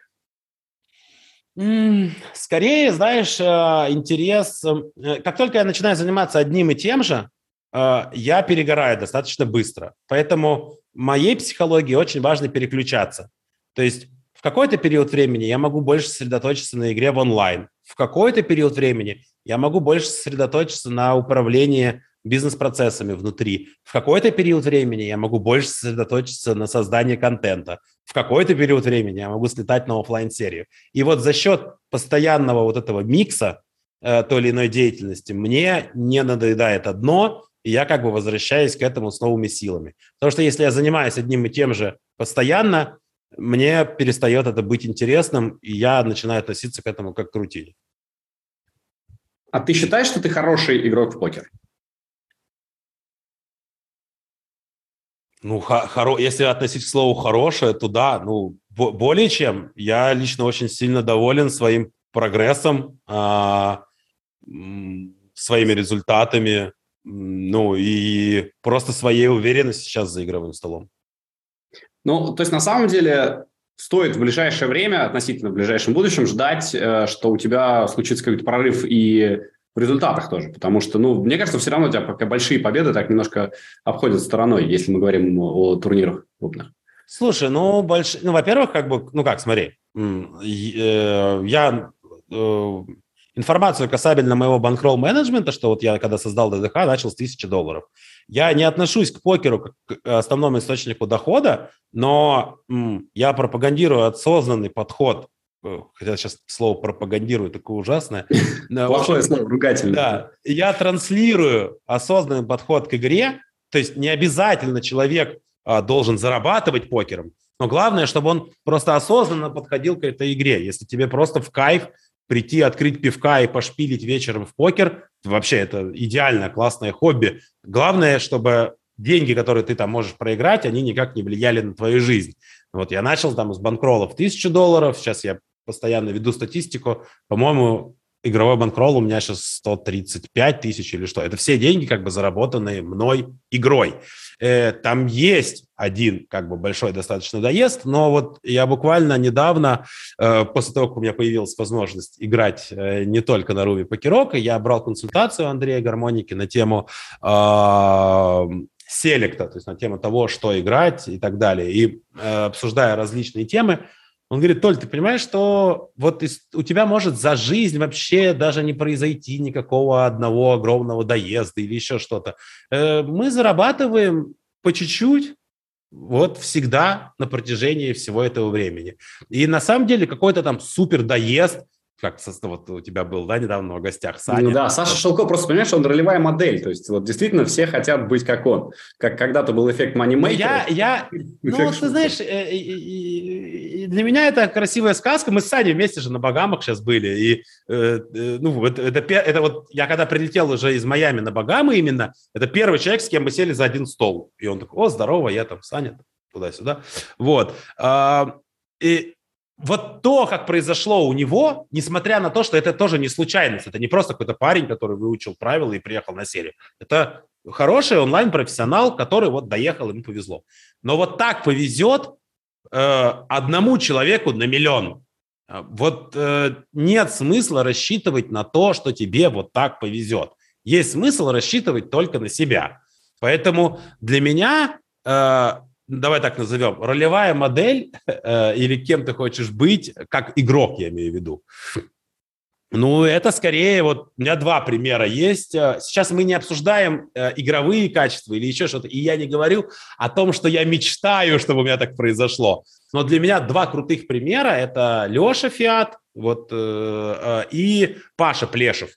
Скорее, знаешь, интерес... Как только я начинаю заниматься одним и тем же, я перегораю достаточно быстро. Поэтому моей психологии очень важно переключаться. То есть в какой-то период времени я могу больше сосредоточиться на игре в онлайн. В какой-то период времени я могу больше сосредоточиться на управлении бизнес-процессами внутри. В какой-то период времени я могу больше сосредоточиться на создании контента. В какой-то период времени я могу слетать на офлайн-серию. И вот за счет постоянного вот этого микса той или иной деятельности мне не надоедает одно, и я как бы возвращаюсь к этому с новыми силами. Потому что если я занимаюсь одним и тем же постоянно, мне перестает это быть интересным, и я начинаю относиться к этому как к рутине. А ты считаешь, что ты хороший игрок в покер? Ну, если относиться к слову «хорошее», то да, ну, более чем. Я лично очень сильно доволен своим прогрессом, своими результатами, ну, и просто своей уверенностью сейчас за игровым столом. Ну, то есть, на самом деле, стоит в ближайшее время, относительно в ближайшем будущем, ждать, что у тебя случится какой-то прорыв и в результатах тоже, потому что, ну, мне кажется, все равно у тебя пока большие победы так немножко обходят стороной, если мы говорим о турнирах крупных. Слушай, ну, во-первых, как бы, ну как, смотри, я информацию касательно моего банкролл-менеджмента, что вот я, когда создал ДДХ, начал с $1000. Я не отношусь к покеру как к основному источнику дохода, но я пропагандирую осознанный подход. Хотя сейчас слово «пропагандирую» такое ужасное. Плохое слово, ругательное. Да, я транслирую осознанный подход к игре, то есть не обязательно человек должен зарабатывать покером, но главное, чтобы он просто осознанно подходил к этой игре. Если тебе просто в кайф прийти, открыть пивка и пошпилить вечером в покер, вообще это идеальное, классное хобби. Главное, чтобы деньги, которые ты там можешь проиграть, они никак не влияли на твою жизнь. Вот я начал там с банкроллов $1000, сейчас я постоянно веду статистику. По-моему, игровой банкролл у меня сейчас 135 тысяч или что. Это все деньги, как бы, заработанные мной игрой. Там есть один, как бы, большой достаточно доезд, но вот я буквально недавно, после того, как у меня появилась возможность играть не только на Ruby Покерок, я брал консультацию Андрея Гармоники на тему селекта, то есть на тему того, что играть и так далее. И обсуждая различные темы, он говорит: Толь, ты понимаешь, что вот у тебя может за жизнь вообще даже не произойти никакого одного огромного доезда или еще что-то. Мы зарабатываем по чуть-чуть, вот всегда на протяжении всего этого времени. И на самом деле какой-то там супер доезд, как вот у тебя был, да, недавно в гостях Саня. Ну да, Саша Шелко, просто, понимаешь, он ролевая модель, то есть вот действительно все хотят быть как он. Как когда-то был эффект манимейкера. Ну, ты знаешь, для меня это красивая сказка. Мы с Саней вместе же на Багамах сейчас были. И это вот я когда прилетел уже из Майами на Багамы именно, это первый человек, с кем мы сели за один стол. И он такой: о, здорово, я там Саня, туда-сюда. Вот. И вот то, как произошло у него, несмотря на то, что это тоже не случайность, это не просто какой-то парень, который выучил правила и приехал на серию. Это хороший онлайн-профессионал, который вот доехал, ему повезло. Но вот так повезет одному человеку на миллион. Вот нет смысла рассчитывать на то, что тебе вот так повезет. Есть смысл рассчитывать только на себя. Поэтому для меня... давай так назовем, ролевая модель или кем ты хочешь быть, как игрок, я имею в виду. Ну, это скорее, вот у меня два примера есть. Сейчас мы не обсуждаем игровые качества или еще что-то, и я не говорю о том, что я мечтаю, чтобы у меня так произошло. Но для меня два крутых примера – это Леша Фиат вот, и Паша Плешев.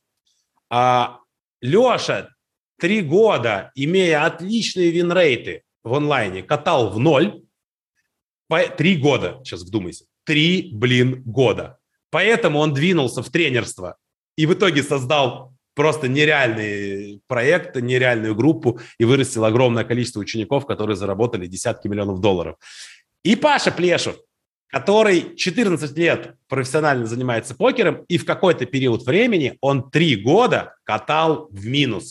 Леша 3 года, имея отличные винрейты, в онлайне катал в ноль 3 года, сейчас вдумайся, 3, года. Поэтому он двинулся в тренерство и в итоге создал просто нереальный проект, нереальную группу и вырастил огромное количество учеников, которые заработали десятки миллионов долларов. И Паша Плешев, который 14 лет профессионально занимается покером, и в какой-то период времени он 3 года катал в минус.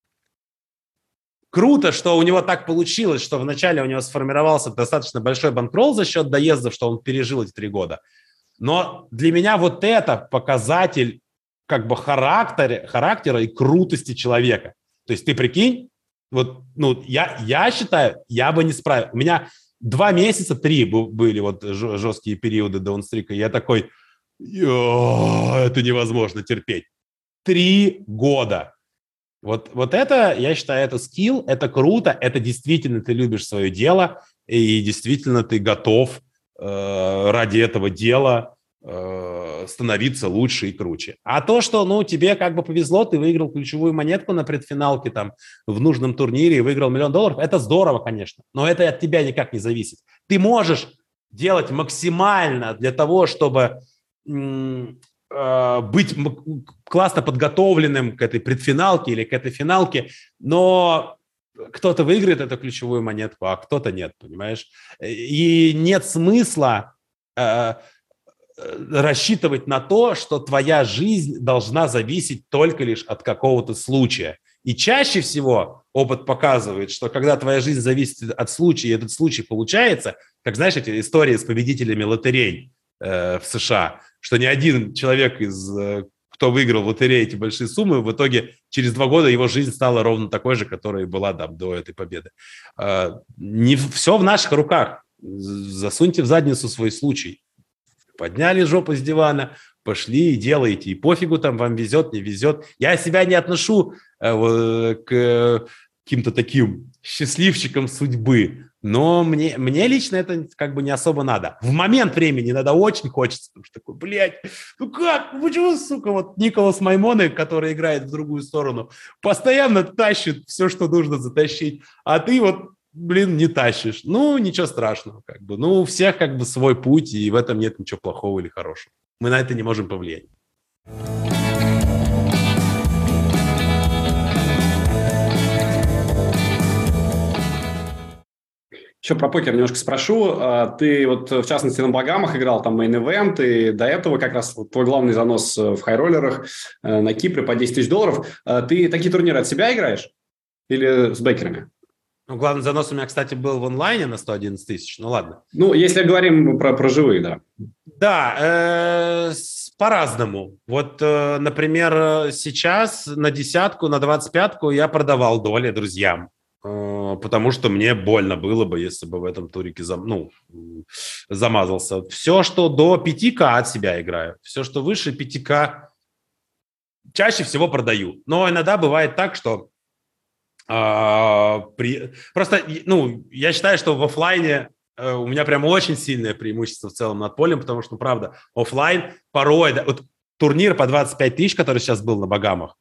Круто, что у него так получилось, что вначале у него сформировался достаточно большой банкролл за счет доездов, что он пережил эти 3 года. Но для меня вот это показатель как бы характера и крутости человека. То есть ты прикинь, вот, ну, я считаю, я бы не справился. У меня 2 месяца, 3 были вот жесткие периоды даунстрика. Я такой: это невозможно терпеть. 3 года. Вот это, я считаю, это скилл, это круто, это действительно ты любишь свое дело, и действительно ты готов ради этого дела становиться лучше и круче. А то, что, ну, тебе как бы повезло, ты выиграл ключевую монетку на предфиналке там в нужном турнире и выиграл $1 миллион, это здорово, конечно, но это от тебя никак не зависит. Ты можешь делать максимально для того, чтобы быть классно подготовленным к этой предфиналке или к этой финалке, но кто-то выиграет эту ключевую монетку, а кто-то нет, понимаешь? И нет смысла рассчитывать на то, что твоя жизнь должна зависеть только лишь от какого-то случая. И чаще всего опыт показывает, что когда твоя жизнь зависит от случая, и этот случай получается, как, знаешь, эти истории с победителями лотерей в США, что ни один человек, кто выиграл в лотерее эти большие суммы, в итоге через 2 года его жизнь стала ровно такой же, которая была там до этой победы. Не все в наших руках. Засуньте в задницу свой случай. Подняли жопу с дивана, пошли и делайте. И пофигу там, вам везет, не везет. Я себя не отношу к каким-то таким счастливчикам судьбы, но мне лично это как бы не особо надо. В момент времени иногда очень хочется, потому что такой, блядь, ну как, почему, сука, вот Николас Маймоне, который играет в другую сторону, постоянно тащит все, что нужно затащить, а ты вот, блин, не тащишь. Ну, ничего страшного, как бы. Ну, у всех как бы свой путь, и в этом нет ничего плохого или хорошего. Мы на это не можем повлиять. Еще про покер немножко спрошу. Ты вот, в частности, на Багамах играл, там, Main Event, и до этого как раз вот твой главный занос в хайроллерах на Кипре по $10 000. Ты такие турниры от себя играешь? Или с бэкерами? Ну, главный занос у меня, кстати, был в онлайне на 111 тысяч. Ну, ладно. Ну, если говорим про живые, да. Да, по-разному. Вот, например, сейчас на десятку, на 25-ку я продавал доли друзьям, потому что мне больно было бы, если бы в этом турике замазался. Все, что до 5К от себя играю, все, что выше 5К, чаще всего продаю. Но иногда бывает так, что просто, я считаю, что в офлайне у меня прям очень сильное преимущество в целом над полем, потому что, правда, офлайн порой, да, вот турнир по 25 тысяч, который сейчас был на Багамах,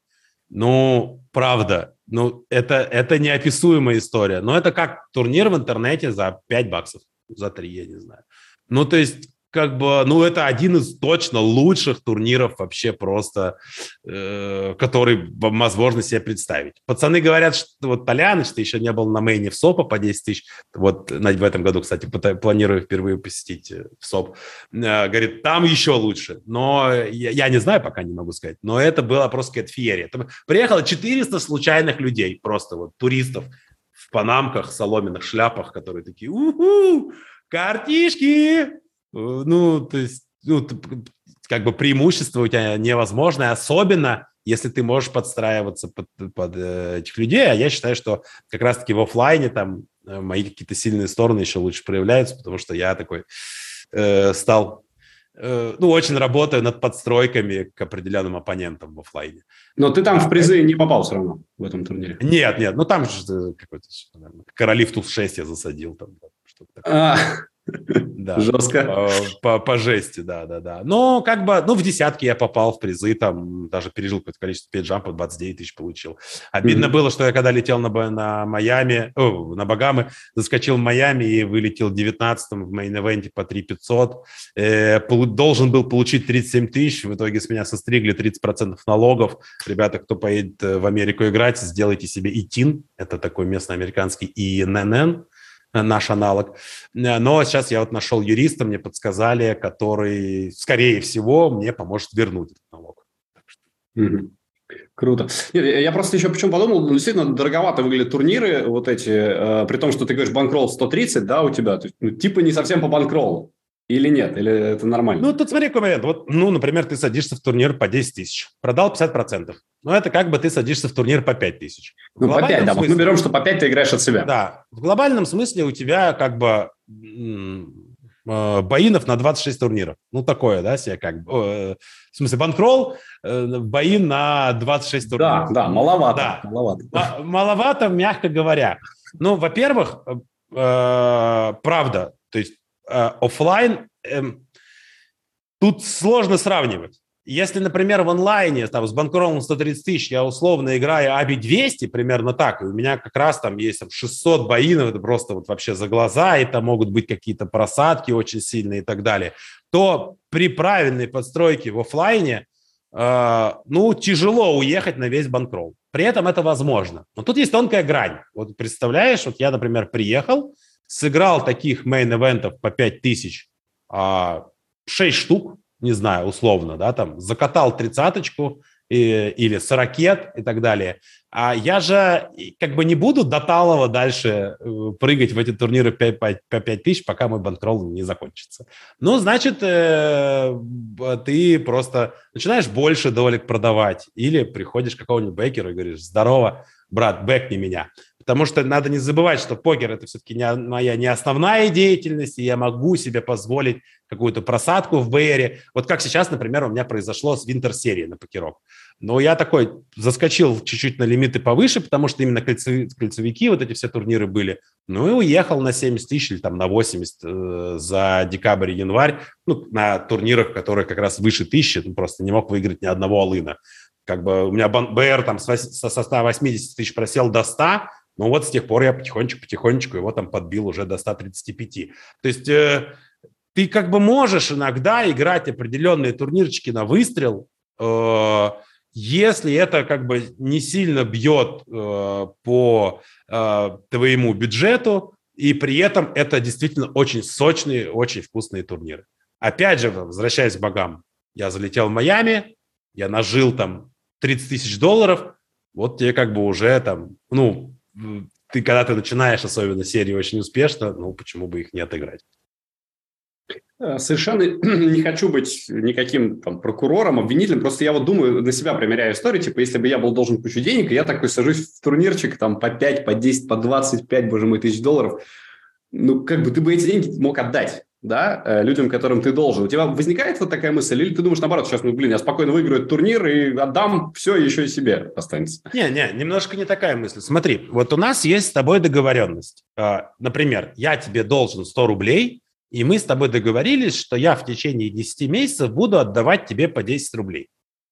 правда, это неописуемая история. Но это как турнир в интернете за $5, за 3, я не знаю. То есть, это один из точно лучших турниров вообще просто, который возможно себе представить. Пацаны говорят, что вот Толяныч, ты еще не был на мейне в СОПа по 10 тысяч. Вот в этом году, кстати, планирую впервые посетить в СОП. Говорит, там еще лучше. Но я не знаю, пока не могу сказать. Но это была просто какая-то феерия. Там приехало 400 случайных людей, просто вот туристов в панамках, соломенных шляпах, которые такие, уху, картишки! То есть, преимущество у тебя невозможное, особенно если ты можешь подстраиваться под этих людей. А я считаю, что как раз-таки в офлайне там мои какие-то сильные стороны еще лучше проявляются, потому что я такой стал, очень работаю над подстройками к определенным оппонентам в офлайне. Но ты там в призы не попал все равно в этом турнире? Нет, там же какой-то, короли в туз-6 я засадил. Там, что-то такое. Да. Жестко. По жести, да. Но в десятки я попал в призы, там даже пережил какое-то количество пейджампов, 29 тысяч получил. Обидно было, что я когда летел на Майами, на Багамы, заскочил в Майами и вылетел 19-м в мейн-эвенте по 3500. Должен был получить 37 тысяч, в итоге с меня состригли 30% налогов. Ребята, кто поедет в Америку играть, сделайте себе ИТИН, это такой местный американский ИНН, наш аналог. Но сейчас я вот нашел юриста, мне подсказали, который, скорее всего, мне поможет вернуть этот налог. Круто. Нет, я просто еще почему подумал, действительно дороговато выглядят турниры вот эти, при том, что ты говоришь, банкролл 130, да, у тебя, то есть, типа не совсем по банкроллу. Или нет? Или это нормально? Тут смотри, какой момент. Вот, например, ты садишься в турнир по 10 тысяч, продал 50%. Это как бы ты садишься в турнир по 5 тысяч. По 5, да. Вот мы берем, что по 5 ты играешь от себя. Да. В глобальном смысле у тебя боинов на 26 турниров. Такое, да, себе в смысле, банкролл, бои на 26 турниров. Да, маловато. Да. Маловато. Маловато, мягко говоря. Во-первых, правда, то есть офлайн, тут сложно сравнивать. Если, например, в онлайне с банкроллом 130 тысяч я условно играю Аби 200, примерно так, и у меня как раз там есть 600 боинов, это просто вот вообще за глаза, и там могут быть какие-то просадки очень сильные и так далее, то при правильной подстройке в офлайне тяжело уехать на весь банкролл. При этом это возможно. Но тут есть тонкая грань. Вот представляешь, вот я, например, приехал, сыграл таких мейн-эвентов по 5000, 6 штук, не знаю, условно, да, там, закатал 30-очку или 40-кет и так далее. А я же не буду до талого дальше прыгать в эти турниры по 5000, пока мой банкролл не закончится. Значит, ты просто начинаешь больше долек продавать или приходишь к какому-нибудь бэкеру и говоришь: здорово, брат, бэкни меня. Потому что надо не забывать, что покер – это все-таки моя не основная деятельность, и я могу себе позволить какую-то просадку в БРе. Вот как сейчас, например, у меня произошло с Винтер-серией на покерок. Но я такой заскочил чуть-чуть на лимиты повыше, потому что именно кольцевики, вот эти все турниры были. И уехал на 70 тысяч или там на 80 за декабрь и январь, на турнирах, которые как раз выше 1000, просто не мог выиграть ни одного алына. У меня БР там со 180 тысяч просел до 100, но с тех пор я потихонечку его там подбил уже до 135. То есть ты можешь иногда играть определенные турнирчики на выстрел, если это не сильно бьет по твоему бюджету и при этом это действительно очень сочные, очень вкусные турниры. Опять же, возвращаясь к богам, я залетел в Майами, я нажил там $30 000, вот тебе как бы уже там, ну, когда ты начинаешь особенно серии очень успешно, ну, почему бы их не отыграть? Совершенно не хочу быть никаким там прокурором, обвинителем, просто я вот думаю, на себя примеряю историю, типа, если бы я был должен кучу денег, и я такой сажусь в турнирчик там по 5, по 10, по 25, боже мой, тысяч долларов, ну, как бы ты бы эти деньги мог отдать, да, людям, которым ты должен. У тебя возникает вот такая мысль, или ты думаешь, наоборот, сейчас, ну, блин, я спокойно выиграю этот турнир и отдам все, еще и себе останется? Не, немножко не такая мысль. Смотри, вот у нас есть с тобой договоренность. Например, я тебе должен 100 рублей, и мы с тобой договорились, что я в течение 10 месяцев буду отдавать тебе по 10 рублей.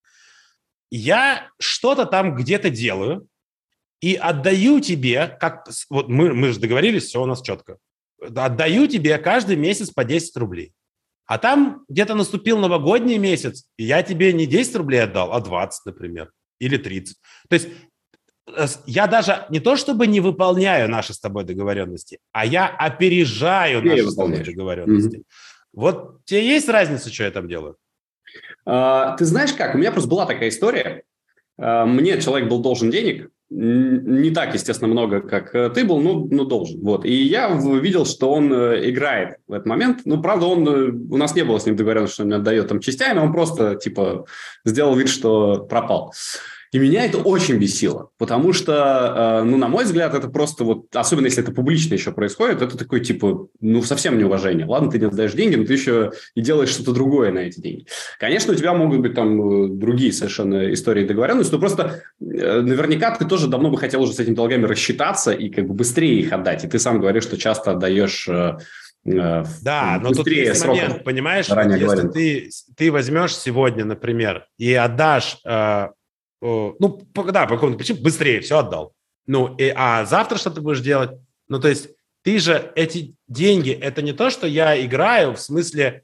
Я что-то там где-то делаю и отдаю тебе, как вот мы же договорились, все у нас четко. Отдаю тебе каждый месяц по 10 рублей. А там где-то наступил новогодний месяц, и я тебе не 10 рублей отдал, а 20, например, или 30. То есть я даже не то чтобы не выполняю наши с тобой договоренности, а я опережаю наши с тобой договоренности. Вот тебе есть разница, что я там делаю? Ты знаешь как? У меня просто была такая история. Мне человек был должен денег. Не так, естественно, много, как ты был, но должен. Вот. И я видел, что он играет в этот момент. Ну, правда, у нас не было с ним договоренности, что он мне отдает там частями, он просто, типа, сделал вид, что пропал. И меня это очень бесило, потому что, ну, на мой взгляд, это просто вот, особенно если это публично еще происходит, это такой, типа, ну, совсем неуважение. Ладно, ты не отдаешь деньги, но ты еще и делаешь что-то другое на эти деньги. Конечно, у тебя могут быть там другие совершенно истории договоренности, но просто наверняка ты тоже давно бы хотел уже с этими долгами рассчитаться и как бы быстрее их отдать. И ты сам говоришь, что часто отдаешь... Да, но тут есть момент, понимаешь, вот если ты возьмешь сегодня, например, и отдашь... ну, да, по какому-то причине быстрее все отдал. Ну, а завтра что ты будешь делать? Ну, то есть ты же эти деньги, это не то, что я играю, в смысле,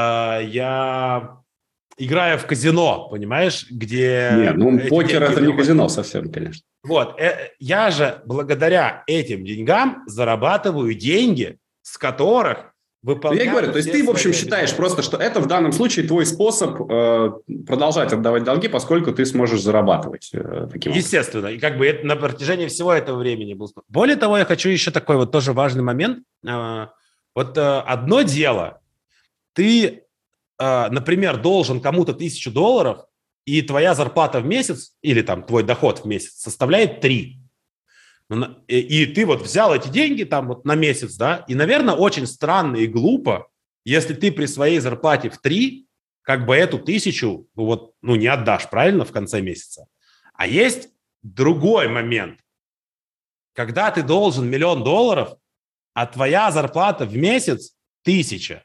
я играю в казино, понимаешь, где... Нет, ну, покер – это не казино совсем, конечно. Вот, я же благодаря этим деньгам зарабатываю деньги, с которых... Я говорю, то есть ты, в общем, считаешь просто, что это в данном случае твой способ продолжать отдавать долги, поскольку ты сможешь зарабатывать таким образом. Естественно. И как бы это на протяжении всего этого времени был. Более того, я хочу еще такой вот тоже важный момент. Вот одно дело, ты, например, должен кому-то $1000, и твоя зарплата в месяц, или там твой доход в месяц составляет 3. И ты вот взял эти деньги там вот на месяц, да, и, наверное, очень странно и глупо, если ты при своей зарплате в 3, как бы эту 1000, не отдашь, правильно, в конце месяца. А есть другой момент, когда ты должен $1 000 000, а твоя зарплата в месяц 1000.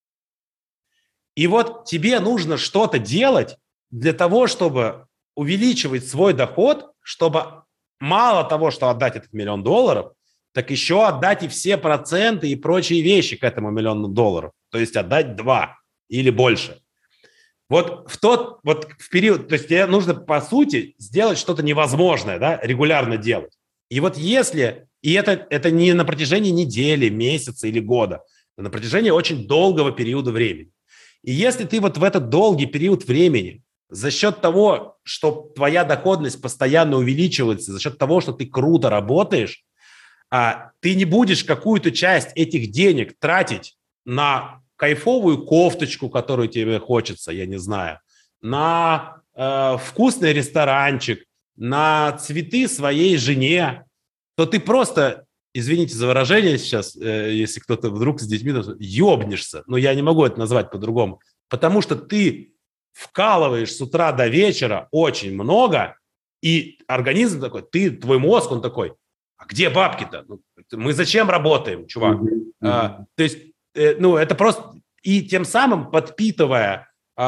И вот тебе нужно что-то делать для того, чтобы увеличивать свой доход, чтобы... Мало того, что отдать этот $1 000 000, так еще отдать и все проценты и прочие вещи к этому $1 000 000. То есть отдать 2 или больше. Вот в период, то есть тебе нужно, по сути, сделать что-то невозможное, да, регулярно делать. И вот если, и это не на протяжении недели, месяца или года, а на протяжении очень долгого периода времени. И если ты вот в этот долгий период времени за счет того, что твоя доходность постоянно увеличивается, за счет того, что ты круто работаешь, ты не будешь какую-то часть этих денег тратить на кайфовую кофточку, которую тебе хочется, я не знаю, на вкусный ресторанчик, на цветы своей жене, то ты просто, извините за выражение сейчас, если кто-то вдруг с детьми, ёбнешься. Но я не могу это назвать по-другому. Потому что ты вкалываешь с утра до вечера очень много, и организм такой, твой мозг, он такой, а где бабки-то? Мы зачем работаем, чувак? То есть, это просто... И тем самым, подпитывая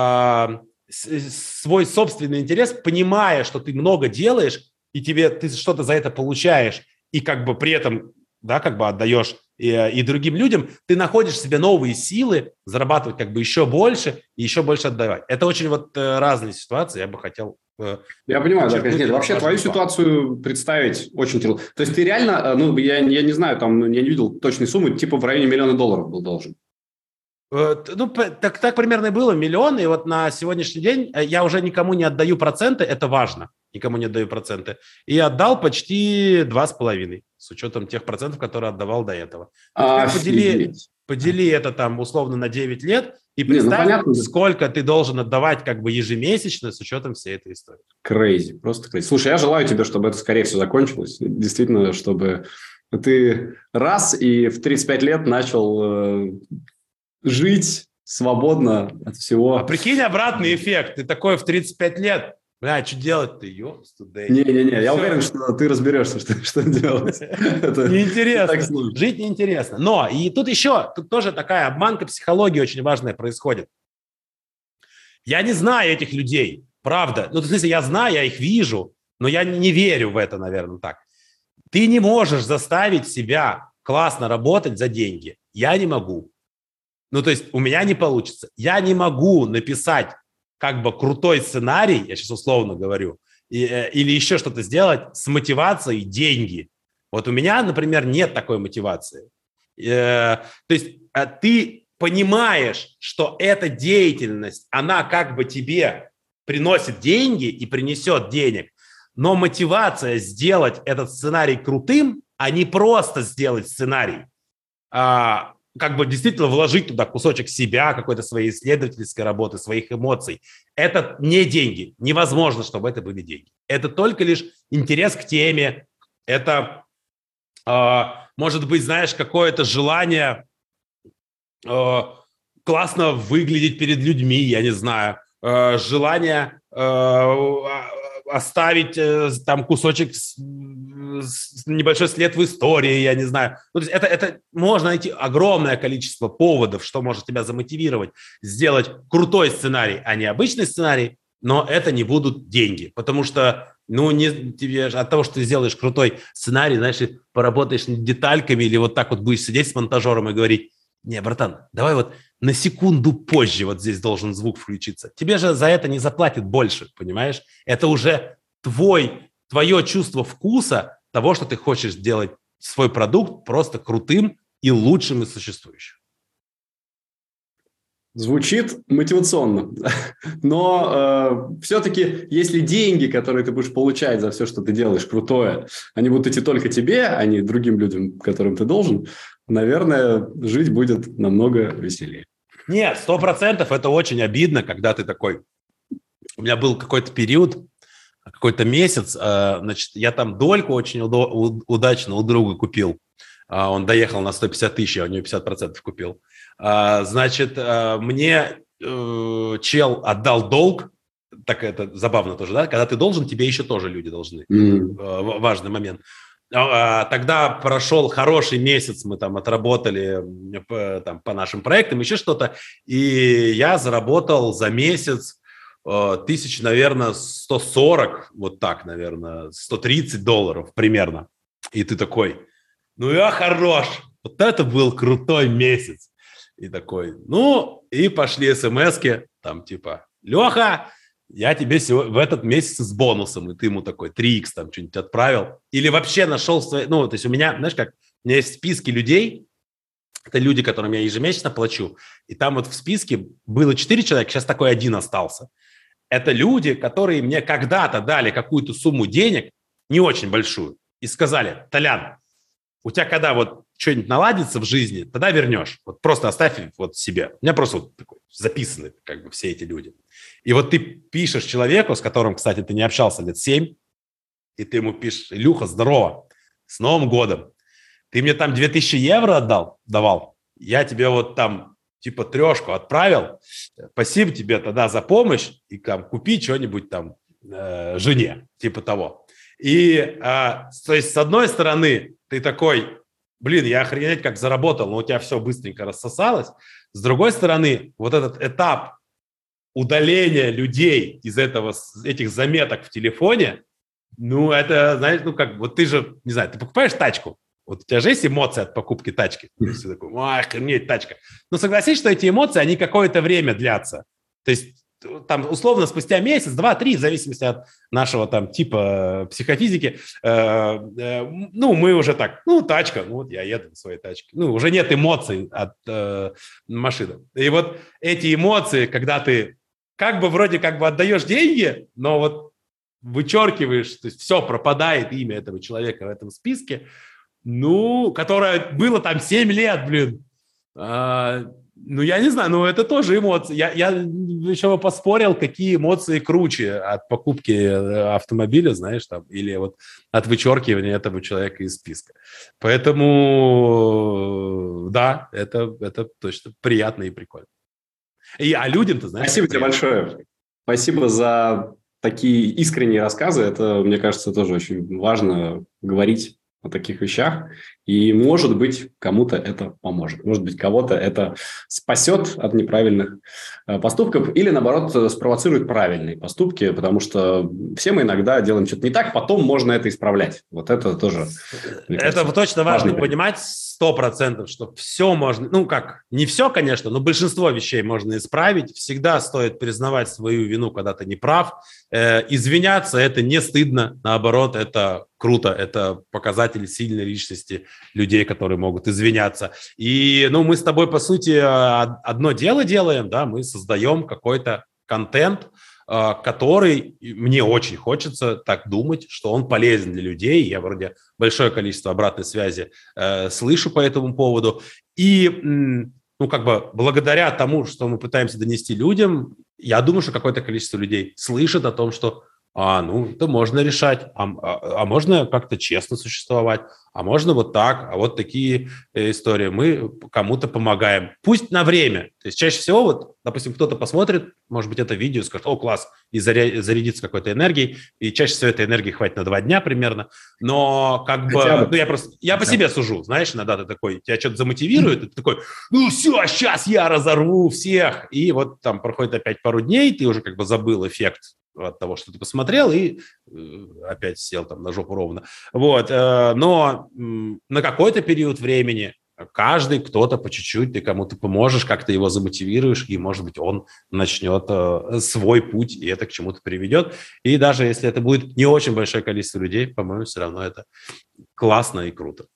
свой собственный интерес, понимая, что ты много делаешь, и ты что-то за это получаешь, и как бы при этом, да, как бы отдаешь и другим людям, ты находишь в себе новые силы зарабатывать как бы еще больше и еще больше отдавать. Это очень разные ситуации, я бы хотел Я понимаю, да, конечно. Нет, вообще твою ситуацию представить очень тяжело. То есть ты реально, я не знаю, там, я не видел точной суммы, типа в районе $1 миллиона был должен. Ну, так примерно и было, 1 миллион, и вот на сегодняшний день я уже никому не отдаю проценты, это важно, никому не отдаю проценты, и отдал почти 2,5, с учетом тех процентов, которые отдавал до этого. Подели это там условно на 9 лет, и представь, сколько ты должен отдавать как бы ежемесячно с учетом всей этой истории. Crazy, просто crazy. Слушай, я желаю тебе, чтобы это скорее всего закончилось, действительно, чтобы ты раз и в 35 лет начал... жить свободно от всего. А прикинь, обратный эффект. Ты такой в 35 лет. Бля, что делать-то? Не-не-не, я уверен, что ты разберешься, что делать. Неинтересно. Жить неинтересно. Но и тут тоже такая обманка психологии очень важная происходит. Я не знаю этих людей, правда. Ну, в смысле, я знаю, я их вижу, но я не верю в это, наверное, так. Ты не можешь заставить себя классно работать за деньги. Я не могу. Ну, то есть у меня не получится. Я не могу написать как бы крутой сценарий, я сейчас условно говорю, или еще что-то сделать с мотивацией деньги. Вот у меня, например, нет такой мотивации. То есть ты понимаешь, что эта деятельность, она как бы тебе приносит деньги и принесет денег, но мотивация сделать этот сценарий крутым, а не просто сделать сценарий, как бы действительно вложить туда кусочек себя, какой-то своей исследовательской работы, своих эмоций. Это не деньги. Невозможно, чтобы это были деньги. Это только лишь интерес к теме. Это, может быть, знаешь, какое-то желание классно выглядеть перед людьми, я не знаю. Желание оставить там кусочек, небольшой след в истории, я не знаю. Ну, то есть это можно найти огромное количество поводов, что может тебя замотивировать сделать крутой сценарий, а не обычный сценарий, но это не будут деньги, потому что тебе от того, что ты сделаешь крутой сценарий, знаешь, поработаешь над детальками или вот так вот будешь сидеть с монтажером и говорить: не, братан, давай вот на секунду позже вот здесь должен звук включиться. Тебе же за это не заплатят больше, понимаешь? Это уже твое чувство вкуса того, что ты хочешь сделать свой продукт просто крутым и лучшим из существующих. Звучит мотивационно, но все-таки если деньги, которые ты будешь получать за все, что ты делаешь крутое, они будут идти только тебе, а не другим людям, которым ты должен, наверное, жить будет намного веселее. Нет, 100% это очень обидно, когда ты такой... У меня был какой-то период, какой-то месяц, значит, я там дольку очень удачно у друга купил. Он доехал на 150 тысяч, я у него 50% купил. Значит, мне чел отдал долг, так это забавно тоже, да? Когда ты должен, тебе еще тоже люди должны. Важный момент. Тогда прошел хороший месяц, мы там отработали по нашим проектам, еще что-то, и я заработал за месяц тысяч, наверное, 140, вот так, наверное, $130 примерно. И ты такой: ну я хорош, вот это был крутой месяц. И такой, и пошли смс-ки, там типа: Леха, я тебе в этот месяц с бонусом, и ты ему такой 3х там что-нибудь отправил. Или вообще нашел свои... то есть у меня, знаешь как, у меня есть списки людей, это люди, которым я ежемесячно плачу, и там вот в списке было 4 человека, сейчас такой один остался. Это люди, которые мне когда-то дали какую-то сумму денег, не очень большую, и сказали: Толян, у тебя когда вот что-нибудь наладится в жизни, тогда вернешь. Вот просто оставь вот себе. У меня просто вот такой записаны как бы все эти люди. И вот ты пишешь человеку, с которым, кстати, ты не общался лет 7, и ты ему пишешь: Илюха, здорово, с Новым годом. Ты мне там 2000 евро давал, я тебе вот там типа 3 отправил. Спасибо тебе тогда за помощь, и там купи что-нибудь там жене, типа того. И, то есть, с одной стороны, ты такой: блин, я охренеть как заработал, но у тебя все быстренько рассосалось. С другой стороны, вот этот этап удаления людей из этих заметок в телефоне, это, знаешь, как, вот ты же, не знаю, ты покупаешь тачку, вот у тебя же есть эмоции от покупки тачки. То есть ты такой: охренеть, тачка. Но согласись, что эти эмоции, они какое-то время длятся. То есть там, условно, спустя месяц, 2-3, в зависимости от нашего там типа психофизики, ну, мы уже так, ну, тачка, ну, вот я еду на своей тачке. Ну, уже нет эмоций от машины. И вот эти эмоции, когда ты как бы вроде как бы отдаешь деньги, но вот вычеркиваешь, то есть все, пропадает имя этого человека в этом списке, ну, которое было там 7 лет, блин. Ну, я не знаю, но это тоже эмоции. Я еще поспорил, какие эмоции круче от покупки автомобиля, знаешь, там, или вот от вычеркивания этого человека из списка. Поэтому, да, это точно приятно и прикольно. А людям, ты знаешь... Спасибо тебе большое. Спасибо за такие искренние рассказы. Это, мне кажется, тоже очень важно говорить о таких вещах. И, может быть, кому-то это поможет. Может быть, кого-то это спасет от неправильных поступков или, наоборот, спровоцирует правильные поступки, потому что все мы иногда делаем что-то не так, потом можно это исправлять. Вот это тоже, мне кажется, это точно важно важный понимать 100%, что все можно, ну как, не все, конечно, но большинство вещей можно исправить. Всегда стоит признавать свою вину, когда ты не прав. Извиняться – это не стыдно, наоборот, это круто, это показатель сильной личности людей, которые могут извиняться. И, ну, мы с тобой, по сути, одно дело делаем, да, мы создаем какой-то контент, который, мне очень хочется так думать, что он полезен для людей. Я вроде большое количество обратной связи слышу по этому поводу. И, ну, как бы благодаря тому, что мы пытаемся донести людям, я думаю, что какое-то количество людей слышит о том, что ну, это можно решать, а можно как-то честно существовать, а можно вот так, а вот такие истории. Мы кому-то помогаем. Пусть на время. То есть чаще всего, вот, допустим, кто-то посмотрит, может быть, это видео, скажет, о, класс, и зарядится какой-то энергией, и чаще всего этой энергии хватит на 2 дня примерно. Но как бы, ну, я по себе сужу, знаешь, иногда ты такой, тебя что-то замотивирует, и ты такой, ну, все, сейчас я разорву всех. И вот там проходит опять пару дней, ты уже как бы забыл эффект от того, что ты посмотрел, и опять сел там на жопу ровно. Вот. Но на какой-то период времени каждый, кто-то по чуть-чуть, ты кому-то поможешь, как-то его замотивируешь, и, может быть, он начнет свой путь, и это к чему-то приведет. И даже если это будет не очень большое количество людей, по-моему, все равно это классно и круто.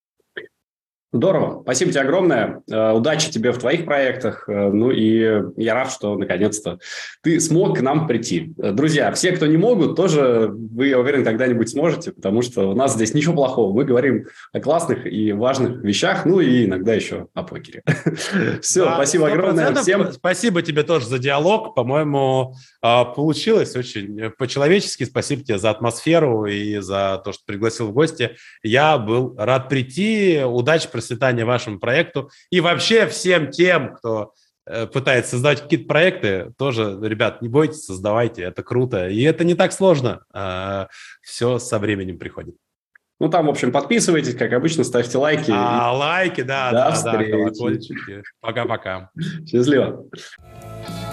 Здорово. Спасибо тебе огромное. Удачи тебе в твоих проектах. Ну и я рад, что наконец-то ты смог к нам прийти. Друзья, все, кто не могут, тоже, вы, я уверен, когда-нибудь сможете, потому что у нас здесь ничего плохого. Мы говорим о классных и важных вещах, ну и иногда еще о покере. Все, спасибо огромное всем. Спасибо тебе тоже за диалог. По-моему, получилось очень по-человечески. Спасибо тебе за атмосферу и за то, что пригласил в гости. Я был рад прийти. Удачи, процветания вашему проекту. И вообще всем тем, кто пытается создавать какие-то проекты, тоже, ребят, не бойтесь, создавайте. Это круто. И это не так сложно. Все со временем приходит. Ну, там, в общем, подписывайтесь, как обычно, ставьте лайки. Лайки, да, колокольчики. Пока-пока. Счастливо.